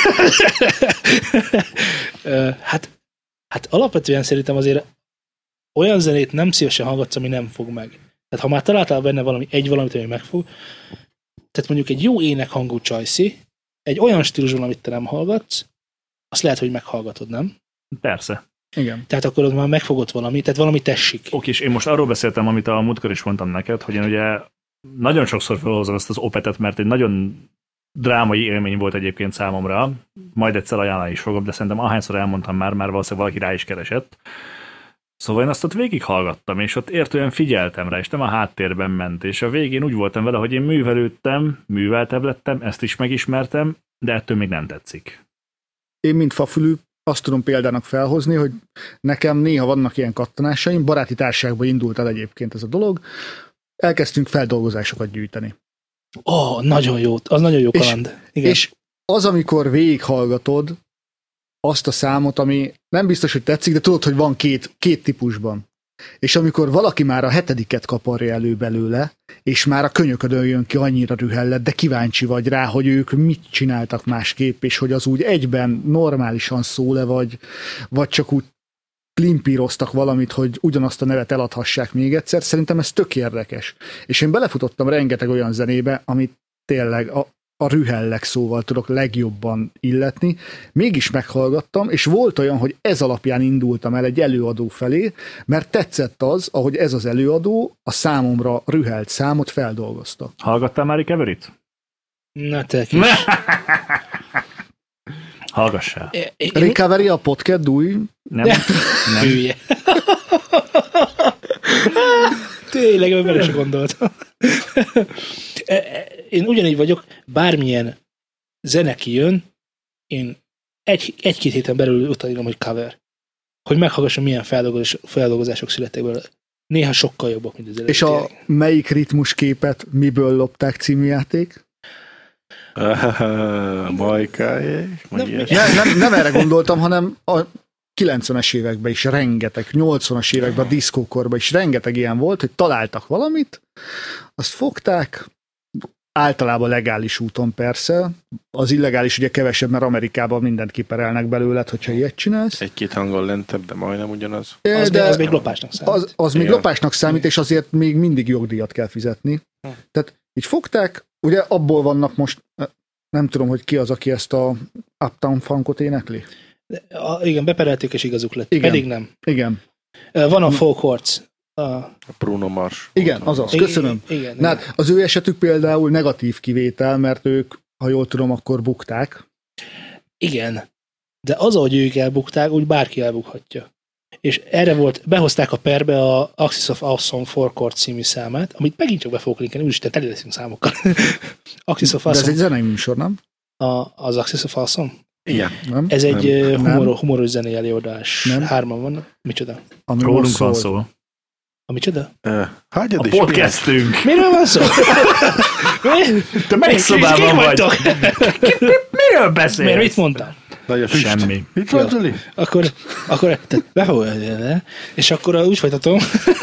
Hát alapvetően szerintem azért olyan zenét nem szívesen hallgatsz, ami nem fog meg. Tehát ha már találtál benne valamit, ami megfog, tehát mondjuk egy jó énekhangú csajszi, egy olyan stílusban, amit te nem hallgatsz, azt lehet, hogy meghallgatod, nem? Persze. Igen. Tehát akkor ott már megfogott valami, tehát valami tessik. Oké, és én most arról beszéltem, amit a múltkor is mondtam neked, hogy én ugye nagyon sokszor felhozom ezt az Opetet, mert egy nagyon drámai élmény volt egyébként számomra. Majd egyszer ajánlani is fogom, de szerintem ahányszor elmondtam már valószínűleg valaki rá is keresett. Szóval én azt ott végighallgattam, és ott értően figyeltem rá, és nem a háttérben ment, és a végén úgy voltam vele, hogy én műveltebb lettem, ezt is megismertem, de ettől még nem tetszik. Én, mint fafülű, azt tudom példának felhozni, hogy nekem néha vannak ilyen kattanásaim, baráti társaságban indult el egyébként ez a dolog, elkezdtünk feldolgozásokat gyűjteni. Nagyon jó, az nagyon jó kaland. És az, amikor végighallgatod azt a számot, ami nem biztos, hogy tetszik, de tudod, hogy van két típusban. És amikor valaki már a 7. kaparja elő belőle, és már a könyöködön jön ki, annyira rühellett, de kíváncsi vagy rá, hogy ők mit csináltak másképp, és hogy az úgy egyben normálisan szól-e, vagy csak úgy klimpíroztak valamit, hogy ugyanazt a nevet eladhassák még egyszer. Szerintem ez tök érdekes. És én belefutottam rengeteg olyan zenébe, amit tényleg a rühellek szóval tudok legjobban illetni. Mégis meghallgattam, és volt olyan, hogy ez alapján indultam el egy előadó felé, mert tetszett az, ahogy ez az előadó a számomra rühelt számot feldolgozta. Hallgattál már Recovery-t? Na te kis. Hallgassál. Recovery a podcast új? Nem. Hülye. Tényleg, bele se gondoltam. Én ugyanígy vagyok, bármilyen zene kijön, én egy-két héten belül utána hogy cover. Hogy meghallgassam, milyen feldolgozások születtek belőle. Néha sokkal jobbak, mint az előtt. És a melyik ritmusképet miből lopták című játék? Majkájék? Nem erre gondoltam, hanem a 90-es években is rengeteg, 80-as években a diszkókorban is rengeteg ilyen volt, hogy találtak valamit, azt fogták, általában legális úton persze, az illegális ugye kevesebb, mert Amerikában mindent kiperelnek belőled, hogyha ilyet csinálsz. Egy-két hanggal lentebb, de majdnem ugyanaz. Az még lopásnak számít. Az még lopásnak számít, és azért még mindig jogdíjat kell fizetni. Tehát így fogták, ugye abból vannak most, nem tudom, hogy ki az, aki ezt a Uptown Funkot énekli. Igen, beperelték, és igazuk lett. Igen. Pedig nem. Igen. Van a Folk Horse. A Bruno Mars. Igen, azaz, köszönöm. Igen. Hát az ő esetük például negatív kivétel, mert ők, ha jól tudom, akkor bukták. Igen. De az, ahogy ők elbukták, úgy bárki elbukhatja. És erre behozták a perbe a Axis of Awesome 4 Chord című számát, amit megint csak be fogok linkelni, úgyis tele leszünk számokkal. Axis of Awesome. De ez egy zenei műsor, nem? Az Axis of Awesome? Igen. Nem? Ez egy humoros zenei előadás. Nem. 3 van. Micsoda? Rólunk van szó. A micsoda? Hagyjad A is. podcastünk. Miről van szó? Te melyik szobában vagy? Miről beszélsz? Miért mit mondtam? Nagyon füst. Semmi. Mit van, Zoli? Akkor és akkor úgy folytatom,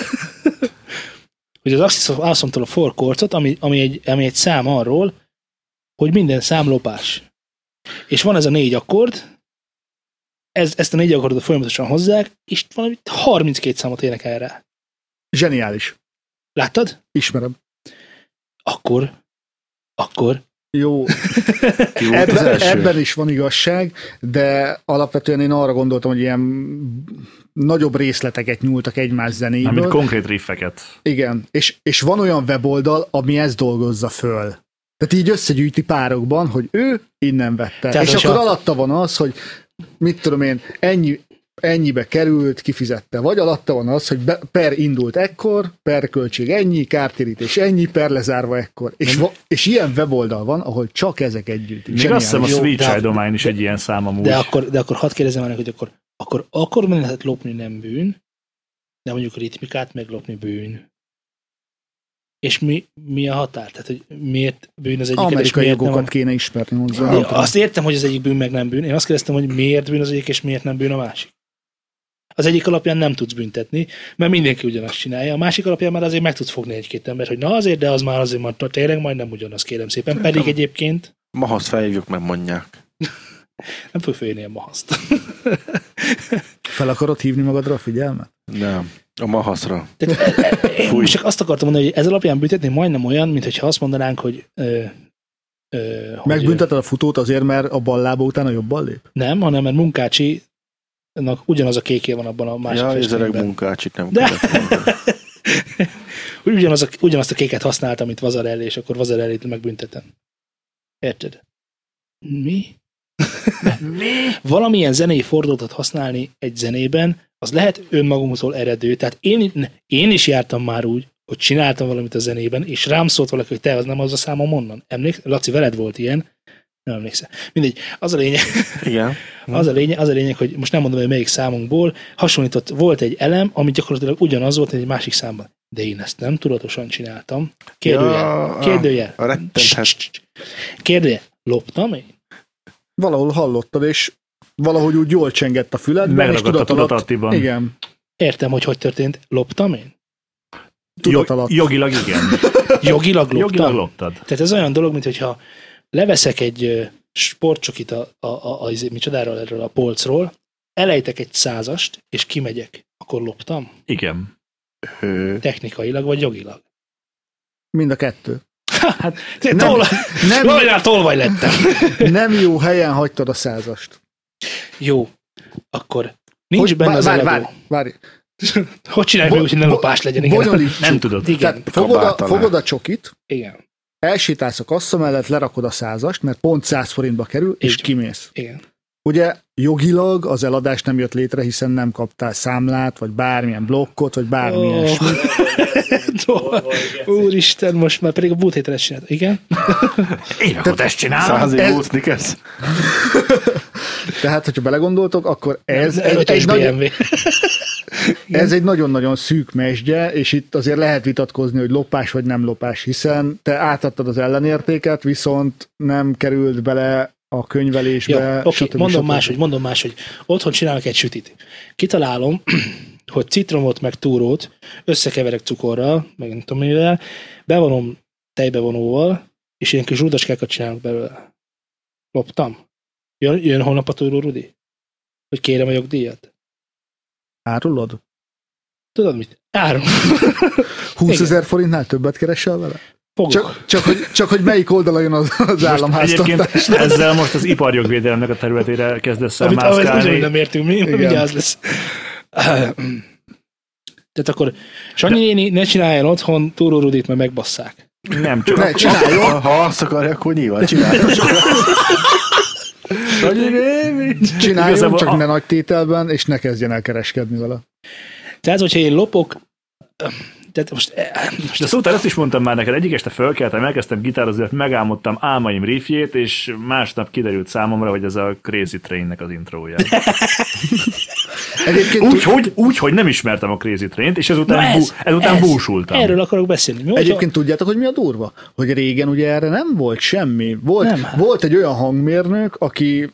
hogy az Axis of Awesome-tól a 4 Chords-ot, ami egy szám arról, hogy minden szám lopás. És van ez a 4 akkord, ezt a 4 akkordot folyamatosan hozzák, és valami 32 számot énekel rá. Zseniális. Láttad? Ismerem. Akkor. Jó. Ebben is van igazság, de alapvetően én arra gondoltam, hogy ilyen nagyobb részleteket nyúltak egymás zenéből. Mint konkrét riffeket. Igen, és van olyan weboldal, ami ezt dolgozza föl. Tehát így összegyűjti párokban, hogy ő innen vette. Tehát és akkor alatta van az, hogy mit tudom én, ennyibe került, kifizette. Vagy alatta van az, hogy per indult ekkor, per költség ennyi, kártérítés ennyi, per lezárva ekkor. És ilyen weboldal van, ahol csak ezek együtt. Még azt hiszem a Sweet Child Domain is egy ilyen szám amúgy. De akkor hadd kérdezem meg, hogy akkor lehet lopni nem bűn, de mondjuk ritmikát meglopni bűn. És mi a határ? Tehát, hogy miért bűn az egyiket, és miért jogokat nem kéne ismerni hozzá. Azt értem, hogy az egyik bűn meg nem bűn. Én azt kérdeztem, hogy miért bűn az egyik, és miért nem bűn a másik. Az egyik alapján nem tudsz büntetni, mert mindenki ugyanazt csinálja. A másik alapján már azért meg tudsz fogni egy-két ember, hogy na azért, de az már azért mondta, tényleg majdnem ugyanaz, kérem szépen. Pedig egyébként... Mahasz felhívjuk, meg mondják. Nem fog följönni a mahaszt. Fel akarod hívni magadra a figyelmet? Nem. A mahaszra. Én csak azt akartam mondani, hogy ez alapján büntetni majdnem olyan, mintha azt mondanánk, hogy... Megbünteted a futót azért, mert a ballába után a jobban lép? Nem, hanem mert Munkácsi ugyanaz a kékje van abban a másik festményben. Ja, ez Munkácsit nem ugyanazt a kéket használtam, mint Vazarelli, és akkor Vazarellit megbüntetem. Érted? Mi? Valamilyen zenei fordulatot használni egy zenében, az lehet önmagunktól eredő. Tehát én is jártam már úgy, hogy csináltam valamit a zenében, és rám szólt valaki, hogy te, az nem az a számom onnan. Laci, veled volt ilyen? Nem emlékszem. Mindegy. Az a lényeg, igen. Az a lényeg, hogy most nem mondom, hogy melyik számunkból hasonlított, volt egy elem, ami gyakorlatilag ugyanaz volt, egy másik számban. De én ezt nem tudatosan csináltam. Kérdőjel. Kérdőjel. Kérdőjel. Loptam én? Valahol hallottad, és valahogy úgy jól csengett a füledben, megragadt a tudatalattiban. Igen. Értem, hogy történt. Loptam én? Tudatalatt. Jogilag igen. Jogilag loptam? Jogilag loptad. Tehát ez olyan dolog, mint hogyha leveszek egy sportcsokit micsodáról erről a polcról, elejtek egy 100-ast, és kimegyek. Akkor loptam? Igen. Technikailag vagy jogilag? Mind a kettő. Hát, tolvaj lettem. Nem jó helyen hagytad a 100-ast. Jó. Akkor nincs benne az eladó. Várj. Hogy csináljuk meg, hogy ne lopás legyen? Igen. Nem tudod. Igen. Fogod a csokit, Igen. elsétálsz a kassa mellett, lerakod a 100-ast, mert pont 100 forintba kerül, és kimész. Igen. Ugye jogilag az eladás nem jött létre, hiszen nem kaptál számlát, vagy bármilyen blokkot, vagy bármilyen Úristen, most már pedig a boot héten ezt csinált. Igen? Én akkor ezt csinálom. 100 bootnik ez. Tehát, hogyha belegondoltok, akkor ez egy nagyon-nagyon szűk mesdje, és itt azért lehet vitatkozni, hogy lopás vagy nem lopás, hiszen te átadtad az ellenértéket, viszont nem került bele a könyvelésbe. Oké, mondom máshogy. Otthon csinálok egy sütit. Kitalálom, hogy citromot meg túrót összekeverek cukorral, meg nem tudom mivel, bevonom tejbevonóval, és ilyen kis zsúrdaskákat csinálok belőle. Loptam. Jön holnap a túró Rudi? Hogy kérem a jogdíjat? Árulod? Tudod mit? Áron. 20 000 forintnál többet keresel vele? Csak hogy melyik oldala jön az államháztartás. Ezzel most az iparjogvédelemnek a területére kezdesz el mászkálni. Amit nem értünk mi, vigyázz lesz. Tehát akkor Sanyi néni ne csináljon otthon Túró Rudit, mert megbasszák. Nem, csak ne csináljon. Ha azt akarja, akkor nyilván csináljon. Csináljon, csak ne nagy tételben, és ne kezdjen el kereskedni vele. Tehát, hogyha én lopok, tehát most de szóval ezt is mondtam már neked, egyik este fölkeltem, elkezdtem gitározni, megálmodtam álmaim riffjét, és másnap kiderült számomra, hogy ez a Crazy Train-nek az intrója. Úgy, hogy nem ismertem a Crazy Train-t, és ezután búsultam. Erről akarok beszélni. Egyébként tudjátok, hogy mi a durva? Hogy régen ugye erre nem volt semmi. Volt egy olyan hangmérnök, aki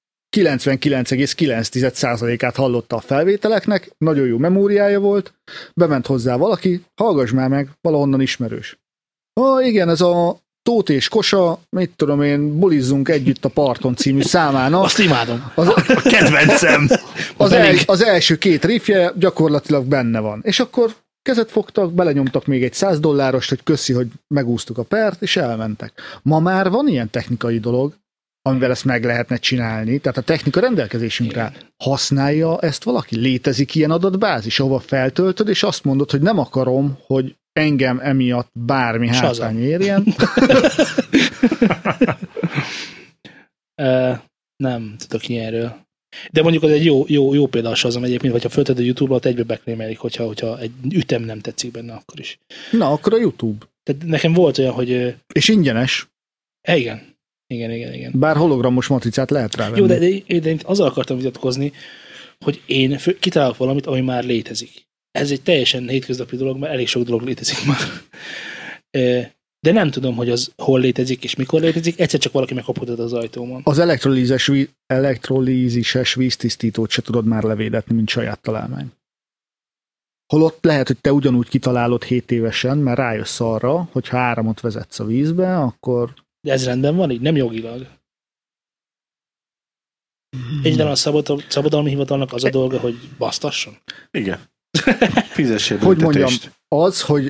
99,9%-át hallotta a felvételeknek, nagyon jó memóriája volt, bement hozzá valaki, hallgass már meg, valahonnan ismerős. Igen, ez a Tóth és Kosa, mit tudom én, bulizzunk együtt a parton című számának. Azt imádom. A kedvencem. Az első 2 riffje gyakorlatilag benne van. És akkor kezet fogtak, belenyomtak még egy $100, hogy köszi, hogy megúsztuk a pert, és elmentek. Ma már van ilyen technikai dolog, amivel ezt meg lehetne csinálni, tehát a technika rendelkezésünkre áll. Használja ezt valaki? Létezik ilyen adatbázis, ahova feltöltöd, és azt mondod, hogy nem akarom, hogy engem emiatt bármi hátrány érjen. Nem tudok ilyenről. De mondjuk az egy jó példa a Shazam egyébként, vagy ha föltedd a YouTube-ra, egybe beklémelik, hogyha egy ütem nem tetszik benne, akkor is. Na, akkor a YouTube. Tehát nekem volt olyan, hogy... És ingyenes. Igen. Bár hologramos matricát lehet rávenni. Jó, de én azzal akartam vitatkozni, hogy én kitalálok valamit, ami már létezik. Ez egy teljesen hétköznapi dolog, mert elég sok dolog létezik már. De nem tudom, hogy az hol létezik és mikor létezik. Egyszer csak valaki megkapott az ajtómon. Az elektrolízises víztisztítót se tudod már levédetni, mint saját találmány. Holott lehet, hogy te ugyanúgy kitalálod 7 évesen, mert rájössz arra, hogy ha áramot vezetsz a vízbe, akkor... De ez rendben van így? Nem jogilag? Egyben a szabadalmi hivatalnak az a dolga, hogy basztasson? Igen. Fizessél hogy mondjam, az, hogy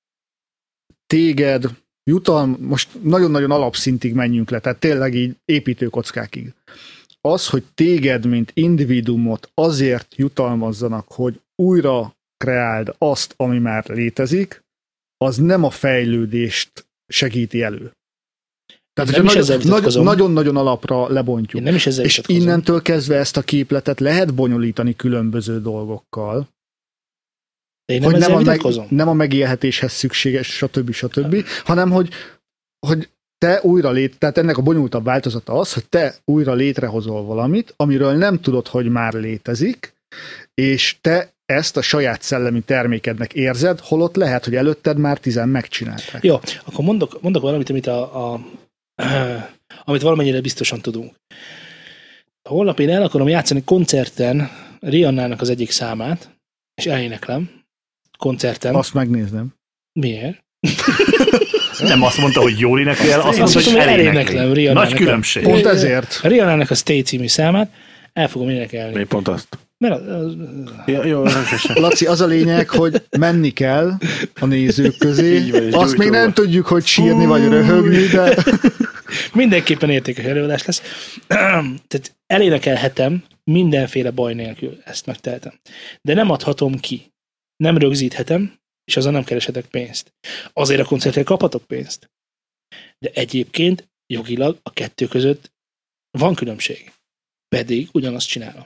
téged most nagyon-nagyon alapszintig menjünk le, tehát tényleg így építőkockákig. Az, hogy téged, mint individuumot azért jutalmazzanak, hogy újra kreáld azt, ami már létezik, az nem a fejlődést segíti elő. Tehát, nagyon-nagyon alapra lebontjuk. Nem is ezzel és innentől kezdve ezt a képletet lehet bonyolítani különböző dolgokkal. De én nem hogy nem a megélhetéshez szükséges, stb. Hanem, hogy te tehát ennek a bonyolultabb változata az, hogy te újra létrehozol valamit, amiről nem tudod, hogy már létezik, és te ezt a saját szellemi termékednek érzed, holott lehet, hogy előtted már 10 megcsinálták. Jó, akkor mondok valamit, amit valamennyire biztosan tudunk. holnap én el akarom játszani koncerten Rihannának az egyik számát, és eléneklem koncerten. Azt megnézném. Miért? Nem azt mondta, hogy jól énekel, azt mondta, hogy eléneklem. Nagy különbség. Pont ezért. Rihannának a Stay című számát el fogom énekelni. Mi pont azt? Mert Jó, Laci, az a lényeg, hogy menni kell a nézők közé. Azt még nem tudjuk, hogy sírni vagy röhögni, de... Mindenképpen értékes előadás lesz. Tehát elénekelhetem mindenféle baj nélkül, ezt megtehetem. De nem adhatom ki. Nem rögzíthetem, és azzal nem kereshetek pénzt. Azért a koncertre kaphatok pénzt. De egyébként jogilag a kettő között van különbség. Pedig ugyanazt csinálom.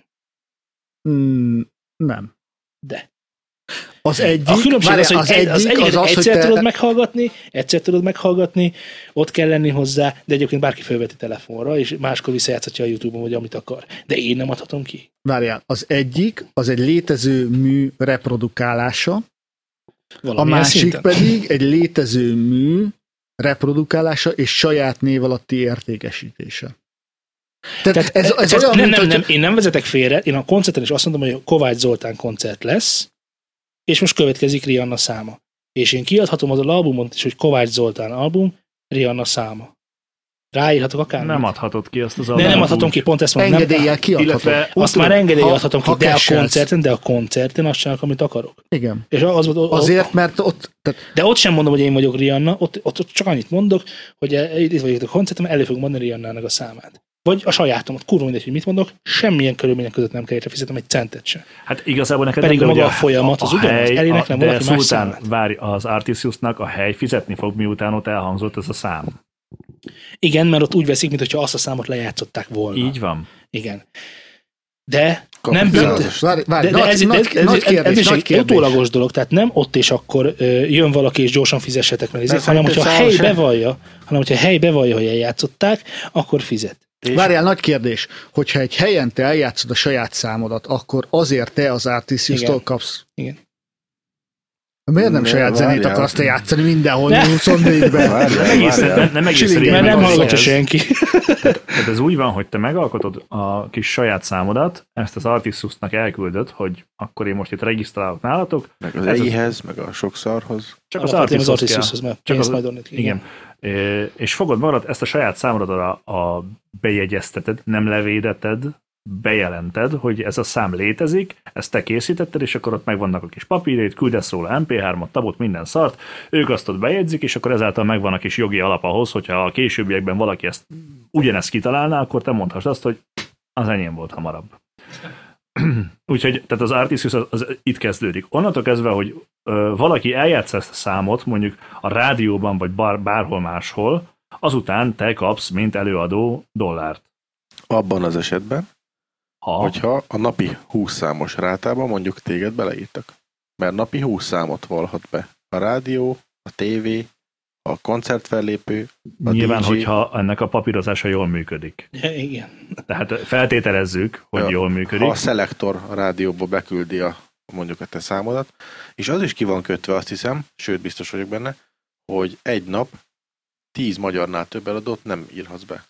Nem. De. Az egyik, a különbség az, hogy az egyiket egyszer te... tudod meghallgatni, ott kell lenni hozzá, de egyébként bárki felveti telefonra, és máskor visszajátszhatja a YouTube-on, vagy amit akar. De én nem adhatom ki. Várjál, az egyik, az egy létező mű reprodukálása, valamilyen a másik szinten pedig egy létező mű reprodukálása és saját név alatti értékesítése. Tehát ez olyan, nem, én nem vezetek félre, én a koncerten is azt mondom, hogy Kovács Zoltán koncert lesz, és most következik Rihanna száma. És én kiadhatom az albumot is, hogy Kovács Zoltán album, Rihanna száma. Ráírhatok akár. Nem adhatod ki azt az albumot. Nem adhatom ki, pont ezt mondom. Engedéllyel kiadhatom. Azt már engedéllyel adhatom ki, de a koncerten azt csinálok, amit akarok. Igen. És azért, mert ott... De ott sem mondom, hogy én vagyok Rihanna, ott csak annyit mondok, hogy itt vagyok a koncerten, elő fogom mondani Rihannának a számát. Vagy a sajátomat, kurva mindegy, hogy mit mondok, semmilyen körülmények között nem kell érte fizetem egy centet sem. Hát igazából neked pedig nem, maga a folyamat az ugyanaz, eléneklem valaki más számát. Várj, az Artisiusnak a hely fizetni fog, miután ott elhangzott ez a szám. Igen, mert ott úgy veszik, mintha azt a számot lejátszották volna. Így van. Igen. De nem büntet. Ez is egy utólagos dolog, tehát nem ott és akkor jön valaki és gyorsan fizessetek meg, hanem hogyha a hely bevallja, hogy eljátszották, akkor fizet. Várjál, nagy kérdés, hogyha egy helyen te eljátszod a saját számodat, akkor azért te az Artisiustól kapsz. Igen. Miért nem saját zenét akarsz te játszani mindenhol 24-ben? Nem egész mert nem hallgatja senki. Tehát ez úgy van, hogy te megalkotod a kis saját számodat, ezt az Artisiusnak elküldöd, hogy akkor én most itt regisztrálok nálatok. Meg az EI-hez, meg a sok szarhoz. Csak az Artisiushoz kell. Igen. És fogod magad, ezt a saját számodat a bejegyezteted, nem levédeted, bejelented, hogy ez a szám létezik, ezt te készítetted, és akkor ott megvannak a kis papírét, küldesz róla MP3-ot, tabot, minden szart, ők azt ott bejegyzik, és akkor ezáltal megvan a kis jogi alap ahhoz, hogyha a későbbiekben valaki ugyanezt kitalálná, akkor te mondhassd azt, hogy az enyém volt hamarabb. Úgyhogy tehát az Artisius az itt kezdődik. Onnantól kezdve, hogy valaki eljátsza ezt a számot, mondjuk a rádióban, vagy bárhol máshol, azután te kapsz, mint előadó, dollárt. Abban az esetben, hogyha a napi 20 számos rátában mondjuk téged beleírtak. Mert napi 20 számot valhat be. A rádió, a tévé, a koncertfellépő, a nyilván, DJ. hogyha ennek a papírozása jól működik. Igen. Tehát feltételezzük, hogy jól működik. Ha a szelektor a rádióba beküldi mondjuk a te számodat, és az is ki van kötve, azt hiszem, sőt biztos vagyok benne, hogy egy nap 10 magyarnál több eladót nem írhatsz be.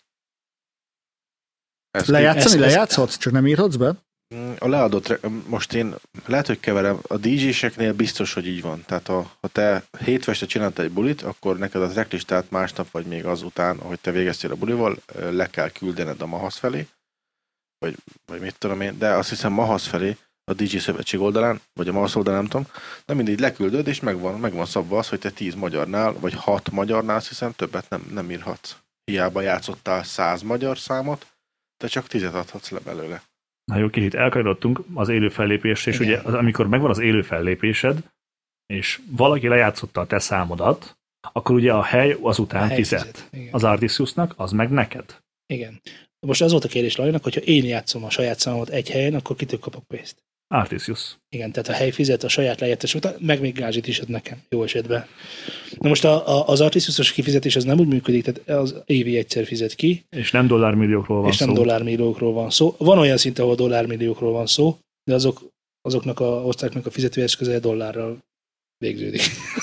Lejátszhatsz, csak nem írhatsz be? A leadott, most én lehet, hogy keverem, a DJ-seknél biztos, hogy így van. Tehát ha te hétveste csináltál egy bulit, akkor neked a tracklistát másnap, vagy még azután, ahogy te végeztél a bulival, le kell küldened a Mahasz felé, vagy mit tudom én, de azt hiszem Mahasz felé, a DJ Szövetség oldalán, vagy a Mahasz oldalán, nem tudom, de mindig leküldöd, és megvan szabva az, hogy te 10 magyarnál, vagy 6 magyarnál, azt hiszem többet nem írhatsz. Hiába játszottál 100 magyar számot, te csak 10 adhatsz le belőle. Na jó, kicsit elkanyarodtunk az élő fellépésre, és ugye amikor megvan az élő fellépésed, és valaki lejátszotta a te számodat, akkor ugye a hely azután fizet. Az Artisiusnak, az meg neked. Igen. Most az volt a kérdés Lajonak, hogyha én játszom a saját számomat egy helyen, akkor kitől kapok pénzt? Artisius. Igen, tehát a hely fizet a saját lejátszás után, meg még gázsit is ad nekem, jó esetben. Na most az Artisius-os kifizetés az nem úgy működik, tehát az évi egyszer fizet ki. És nem dollármilliókról van szó. És nem dollármilliókról van szó. Van olyan szint, ahol dollármilliókról van szó, de azoknak a osztályoknak a fizetőeszköze dollárral végződik.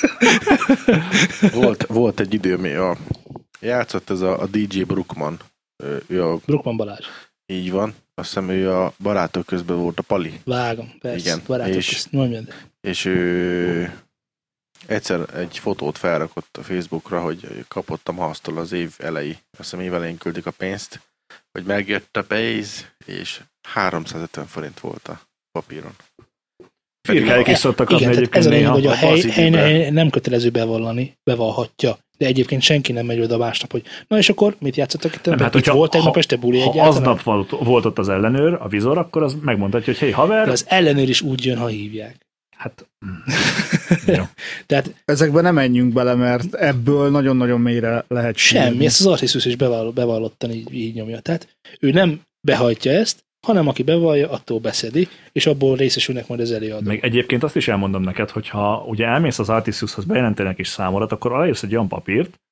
volt egy idő, játszott ez a DJ Brookman. Brookman Balázs. Így van. Azt hiszem, ő a barátok közben volt a Pali. Vágom, persze. Igen. Barátok közt. És ő egyszer egy fotót felrakott a Facebookra, hogy kapott a Mahasztól az év elejé. Azt hiszem, év elején küldik a pénzt, hogy megjött a pénz, és 350 forint volt a papíron. Firkáik is szoktak kapni egyébként ez a lényeg, néha. hogy a hely nem kötelező bevallani, bevallhatja. De egyébként senki nem megy oda másnap, hogy na és akkor mit játszottak itt? Hát, itt volt tegnap este buli egyáltalán? Ha aznap volt ott az ellenőr, a vizor, akkor az megmondhatja, hogy hey haver. De az ellenőr is úgy jön, ha hívják. Hát, jó. Tehát, ezekben nem menjünk bele, mert ebből nagyon-nagyon mélyre lehet semmi, ezt az Artiszus is bevallottan így nyomja. Tehát ő nem behajtja ezt, hanem aki bevallja, attól beszedi, és abból részesülnek majd az előadók. Meg egyébként azt is elmondom neked, hogyha ugye elmész az Artissushoz, bejelentenek is számodat, akkor aláírsz egy olyan papírt,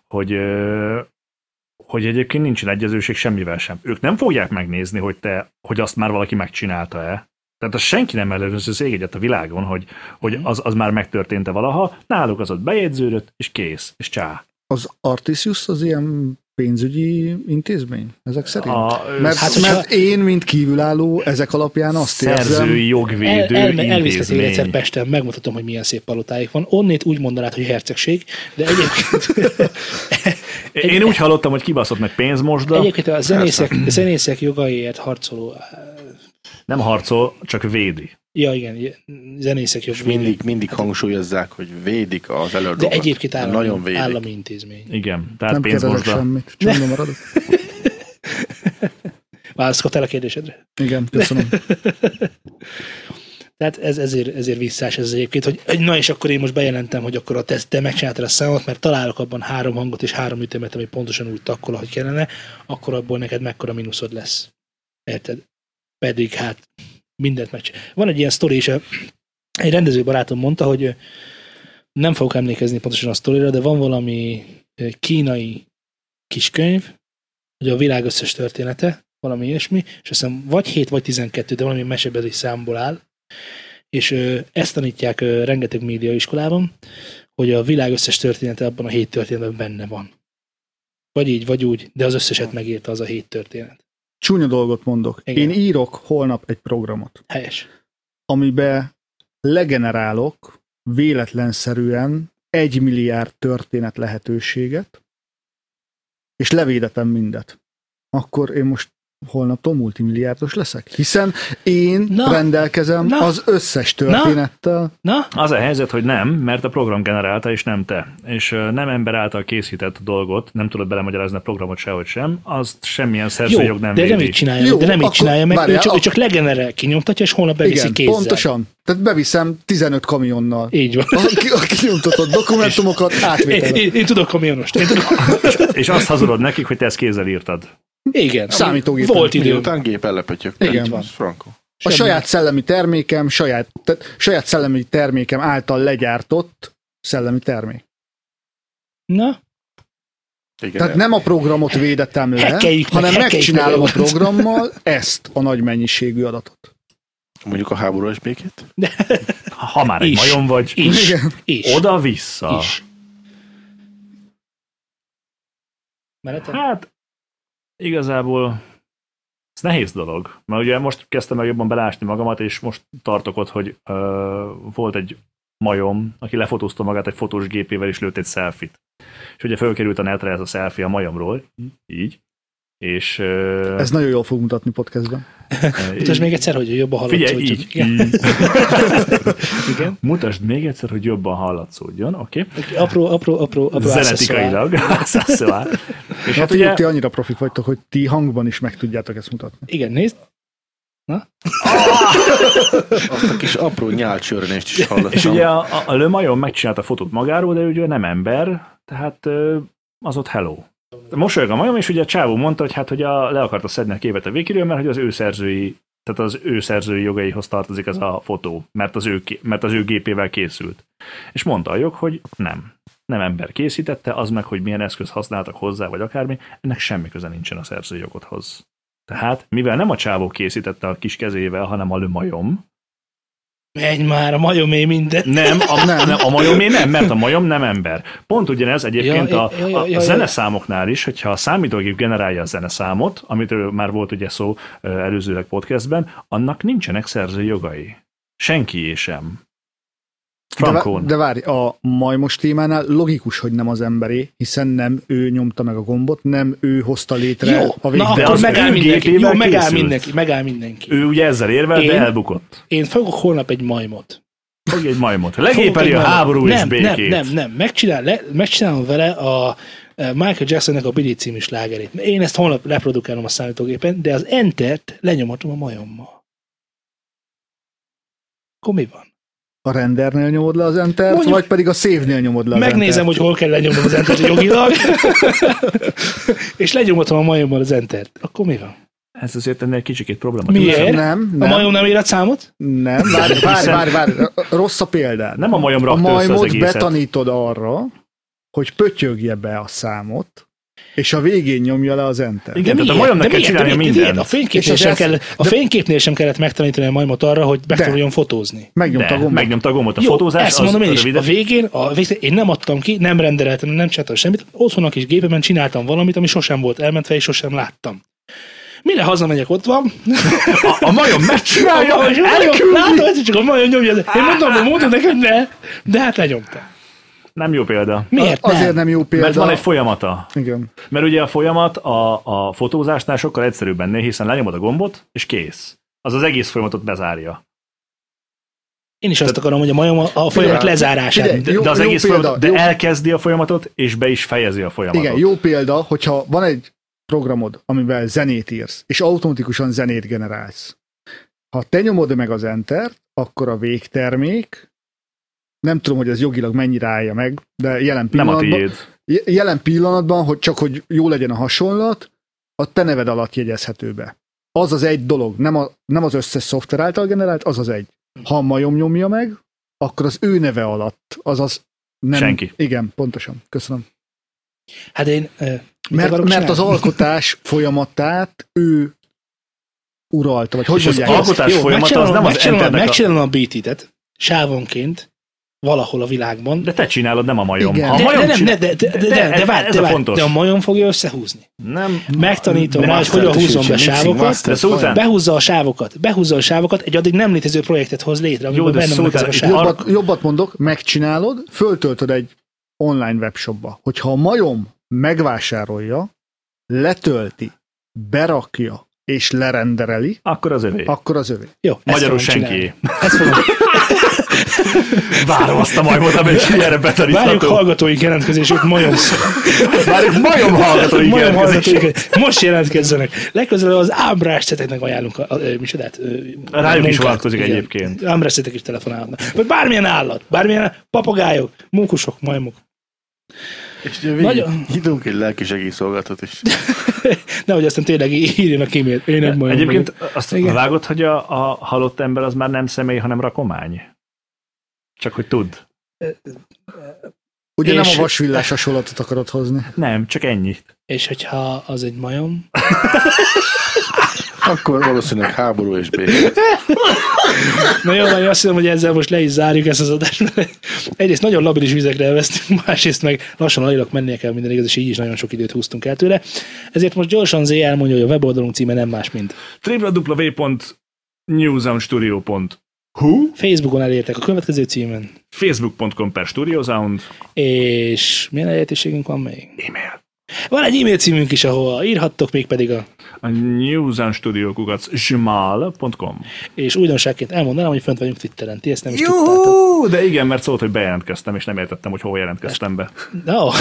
hogy egyébként nincsen egyezőség semmivel sem. Ők nem fogják megnézni, hogy azt már valaki megcsinálta-e. Tehát az senki nem előző az ég egyet a világon, hogy az már megtörtént-e valaha, náluk az ott bejegyződött, és kész, és csá. Az Artissus az ilyen pénzügyi intézmény? Ezek szerint? Mert én, mint kívülálló, ezek alapján azt érzem... Szerzői jogvédő intézmény. Elviszhetek egyszer Pesten, megmutatom, hogy milyen szép palotáik van. Onnét úgy mondanád, hogy hercegség, de egyébként... Én úgy hallottam, hogy kibaszott meg pénzmosda. Egyébként a zenészek jogaiért harcoló... Nem harcol, csak védi. Ja, igen, zenészek jogvédő. Mindig hangsúlyozzák, hogy védik az előadókat. De egyébként állami intézmény. Igen, tehát nem pénzmosda. Semmit, csöndben maradok. Válaszoltál a kérdésedre? Igen, köszönöm. Tehát ezért visszás ez egyébként, hogy na és akkor én most bejelentem, hogy akkor te megcsináltad a számot, mert találok abban 3 hangot és 3 ütemet, ami pontosan úgy takkol, ahogy kellene, akkor abból neked mekkora mínuszod lesz. Érted? Pedig hát mindent megcsinál. Van egy ilyen sztori is, egy rendező barátom mondta, hogy nem fogok emlékezni pontosan a sztorira, de van valami kínai kiskönyv, hogy a világ összes története, valami ilyesmi, és azt hiszem vagy 7 vagy 12, de valami mesebeli számból áll, és ezt tanítják rengeteg médiaiskolában, hogy a világ összes története abban a 7 történetben benne van. Vagy így, vagy úgy, de az összeset megírta az a 7 történet. Csúnya dolgot mondok. Igen. Én írok holnap egy programot. Helyes. Amiben legenerálok véletlenszerűen 1 milliárd történet lehetőséget, és levédetem mindet. Akkor én most holnaptól multimilliárdos leszek. Hiszen én rendelkezem az összes történettel. Az a helyzet, hogy nem, mert a program generálta, és nem te. És nem ember által készített dolgot, nem tudod belemagyarázni a programot sehogy sem, azt semmilyen szerzőjog nem védi. De nem így csinálja meg, ő csak legenerál, kinyomtatja, és holnap beviszi kézzel. Pontosan. Tehát beviszem 15 kamionnal. Így van. A kinyomtatott dokumentumokat átvételem. Én tudok kamionost. És azt hazudod nekik, hogy te ezt kézzel írtad. Igen. Számítógépen. Volt idő. Után gépen lepötyök. Igen. Franco. A saját szellemi termékem, saját szellemi termékem által legyártott szellemi termék. Na? Igen, tehát nem a programot védetem le, hanem megcsinálom a programmal ezt a nagy mennyiségű adatot. Mondjuk a háborús békét? Ha már egy majom vagy, oda-vissza. Hát igazából ez nehéz dolog, mert ugye most kezdtem meg jobban belásni magamat, és most tartok ott, hogy volt egy majom, aki lefotózta magát egy fotós gépével, és lőtt egy selfie-t. És ugye fölkerült a netre ez a selfie a majomról, így, és... Ez nagyon jól fog mutatni podcastben. Mutasd még egyszer, hogy jobban hallatszódjon. Figyelj, így. Igen. Mutasd még egyszer, hogy jobban hallatszódjon, oké? Apró zenetikailag. És hát ugye ti annyira profik vagytok, hogy ti hangban is meg tudjátok ezt mutatni. Igen, nézd. Na? Azt a kis apró nyálcsörnést is hallottam. És ugye a Le Mayon megcsinálta a fotót magáról, de ugye nem ember, tehát az ott hello. Mosolyog a majom, és ugye a csávó mondta, hogy hát, hogy le akarta szedni a képet a Wikiről, mert hogy az ő szerzői jogaihoz tartozik ez a fotó, mert az ő gépével készült. És mondta a jog, hogy nem ember készítette, az meg, hogy milyen eszköz használtak hozzá, vagy akármi, ennek semmi köze nincsen a szerzői jogodhoz. Tehát, mivel nem a csávó készítette a kis kezével, hanem a Le Mayon, Menj már, a majomé minden. Nem, a majomé nem, mert a majom nem ember. Pont ugyanez egyébként a zeneszámoknál is, hogyha a számítógép generálja a zeneszámot, amitől már volt ugye szó előzőleg podcastben, annak nincsenek szerzői jogai. Senkié sem. De várj, a majmos témánál logikus, hogy nem az emberé, hiszen nem ő nyomta meg a gombot, nem ő hozta létre a végtelen. Na akkor megáll mindenki. Ő ugye ezzel érvel, de elbukott. Én fogok holnap egy majmot. Fogj egy majmot. Legépeli a háború és békét. Nem. Megcsinálom vele a Michael Jacksonnek a Billie című slágerét. Én ezt holnap reprodukálom a számítógépen, de az Entert lenyomatom a majommal. Akkor mi van? A rendernél nyomod le az Entert, vagy pedig a save-nél nyomod le az Entert? Megnézem, hogy hol kell lenyomnom az Entert jogilag, és lenyomatom a majommal az Entert. Akkor mi van? Ez azért ennél kicsikét problematikus. Miért? Nem. A majom nem ér számot? Nem, várj. Rossz a példád. Nem a majom rakta össze az egészet. A majmot betanítod arra, hogy pötyögje be a számot, és a végén nyomja le az Enter. Igen, tehát a majomnak kell csinálni mindent. A fényképnél sem kellett megtanítani a majmot arra, hogy meg tudjon fotózni. Megnyomta a gombot. A fotózás ezt mondom én is. A végén én nem adtam ki, nem rendeltem, nem csináltam semmit. Otthon a kis gépemen csináltam valamit, ami sosem volt elmentve, és sosem láttam. Mire hazamegyek, ott van. A majom megcsinálja, látod, hogy csak a majom nyomja. Én mondom neki, hogy ne, de hát lenyomta. Nem jó példa. Miért nem? Azért nem jó példa. Mert van egy folyamata. Igen. Mert ugye a folyamat a fotózásnál sokkal egyszerűbb ennél, hiszen lenyomod a gombot, és kész. Az egész folyamatot bezárja. Én is azt akarom, hogy a majom a folyamat lezárását. De az egész folyamat, elkezdi a folyamatot, és be is fejezi a folyamatot. Igen, jó példa, hogyha van egy programod, amivel zenét írsz, és automatikusan zenét generálsz. Ha te nyomod meg az Entert, akkor a végtermék, nem tudom, hogy ez jogilag mennyire állja meg, de jelen pillanatban, hogy csak hogy jó legyen a hasonlat, a te neved alatt jegyezhető be. Az az egy dolog, nem az összes szoftver által generált, az az egy. Ha a majom nyomja meg, akkor az ő neve alatt, azaz nem... Senki. Igen, pontosan. Köszönöm. Hát én... Mert az alkotás folyamatát ő uralta, vagy hogy mondják? Az alkotás folyamata az nem az Enternek megcsinálom a beat-et sávonként valahol a világban. De te csinálod, nem a majom. Igen. De a majom fogja összehúzni. Nem. Megtanítom rá, hogy hogyan húzzon be sávokat. Behúzza a sávokat, egy addig nem létező projektet hoz létre. Jó, de jobbat mondok, megcsinálod, föltöltöd egy online webshopba. Hogyha a majom megvásárolja, letölti, berakja és lerendereli, akkor az övé. Jó, magyarul senki. Várom azt a majmot, amelyik erre betanítható. Várjuk hallgatóink jelentkezését, Várjuk majom hallgatóink jelentkezését. Most jelentkezzenek. Legközelebb az ámbrásceteknek ajánlunk micsodát. Rájuk is vonatkozik egyébként. Ámbráscetek is telefonálhatnak. Vagy bármilyen állat, bármilyen papagájok, mókusok, majmok. És hívunk egy lelkisegélyszolgálatot is. Nehogy aztán tényleg írjanak e-mailt. Egyébként azt vágod, hogy a halott ember az már nem személy, hanem rakomány? Csak hogy tudd. Ugye nem a vasvillás hasonlatot akarod hozni? Nem, csak ennyit. És hogyha az egy majom? Akkor valószínűleg háború és béke. Na jó, én azt hiszem, hogy ezzel most le is zárjuk ezt az adást. Egyrészt nagyon labilis vizekre elvesztünk, másrészt meg lassan alilak mennie kell minden igaz, és így is nagyon sok időt húztunk el tőle. Ezért most gyorsan Zé elmondja, hogy a weboldalunk címe nem más, mint www.newsoundstudio.hu. Facebookon elértek a következő címen. facebook.com/studiosound. És milyen elérhetőségünk van még? E-mail. Van egy e-mail címünk is, ahol írhattok, még pedig a newsoundstudio@gmail.com. És újdonságként elmondanám, hogy fönt vagyunk Twitteren. Ti ezt nem is tudtátok. De igen, mert szólt, hogy bejelentkeztem, és nem értettem, hogy hol jelentkeztem be. No.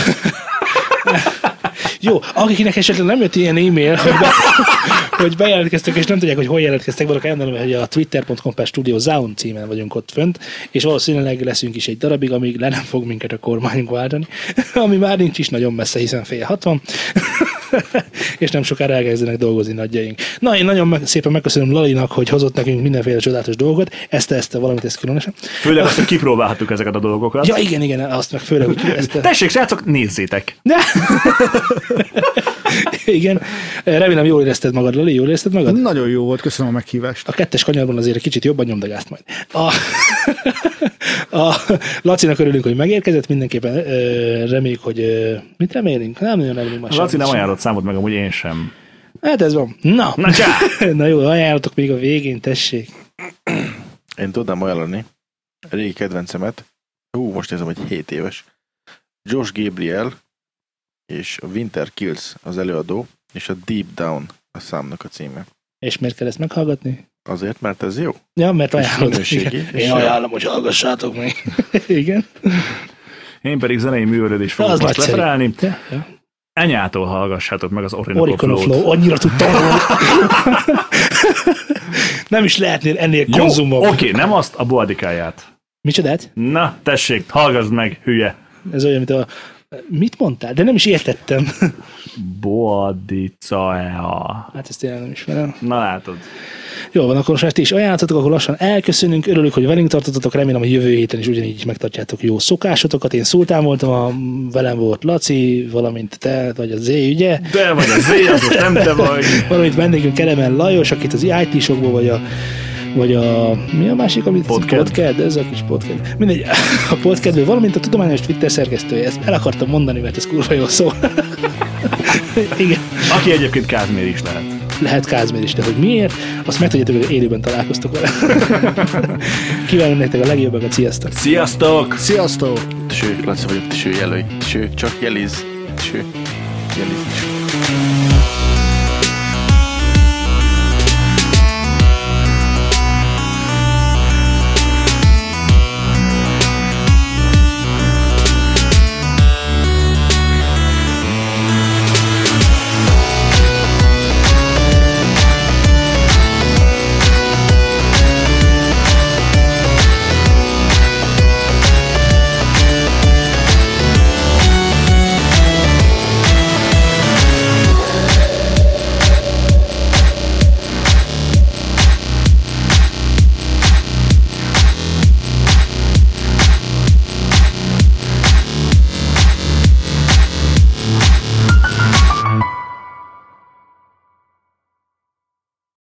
Jó, akiknek esetleg nem jött ilyen e-mail, hogy bejelentkeztek, és nem tudják, hogy hol jelentkeztek, valaki elmondom, hogy a twitter.com/studiosound címen vagyunk ott fönt, és valószínűleg leszünk is egy darabig, amíg le nem fog minket a kormányunk váltani, ami már nincs is nagyon messze, hiszen 5:60, és nem sokára elkezdenek dolgozni nagyjaink. Na, én nagyon szépen megköszönöm Lalinak, hogy hozott nekünk mindenféle csodálatos dolgokat, ezt valamit, ezt különösen. Főleg azt, hogy kipróbálhattuk ezeket a dolgokat. Ja, igen, azt meg főleg, hogy ezt... Tessék, srácok, nézzétek! Igen, remélem jól érezted magad, Lali, jól érezted magad? Nagyon jó volt, köszönöm a meghívást. A 2. kanyarban azért egy kicsit jobban nyomd a gázt majd. Lacinak örülünk, hogy megérkezett, mindenképpen reméljük, hogy... Mit remélünk? Nem nagyon remélünk már. Laci nem ajánlott számot, meg amúgy én sem. Hát ez van. Na csá! Na jó, ajánlatok még a végén, tessék. Én tudnám ajánlani a régi kedvencemet. Most nézem, hogy 7 éves. Josh Gabriel és a Winter Kills az előadó, és a Deep Down a számnak a címe. És miért kell ezt meghallgatni? Azért, mert ez jó. Ja, mert ajánlom. Én ajánlom, hogy hallgassátok meg. Igen. Én pedig zenei művelődés fogok most leferelni. Ja. Anyától hallgassátok meg az Oricon of Flow. Annyira tudtam róla. Nem is lehetnél ennél konzumom. Oké, nem azt, a Boadikáját. Micsodát? Na, tessék, hallgassd meg, hülye. Ez olyan, mint a... Mit mondtál? De nem is értettem. Boadicaja. Hát ezt tényleg nem ismerem. Na látod. Jó van, akkor most ti is ajánlatotok, akkor lassan elköszönünk. Örülök, hogy velünk tartottatok, remélem, hogy jövő héten is ugyanígy megtartjátok jó szokásotokat. Én Szultán voltam, velem volt Laci, valamint te, vagy az Z, ugye? De vagy az Z, az most nem te vagy. Valamint vendégünk Kelemen Lajos, akit az IT-sokból, vagy a... Mi a másik, amit... Podcast, ez a kis podcast. Mindegy, a podcastből, valamint a tudományos Twitter szerkesztője. Ezt el akartam mondani, mert ez kurva jól szól. Igen. Aki egyébként Kázmér is lehet. Lehet Kázmér is, de hogy miért, azt megtudjátok, hogy élőben találkoztok vele. Kívánom nektek a legjobbakat, sziasztok! Sziasztok! Sziasztok! Laci vagyok, jelölj. Csak jeliz. Jeliz.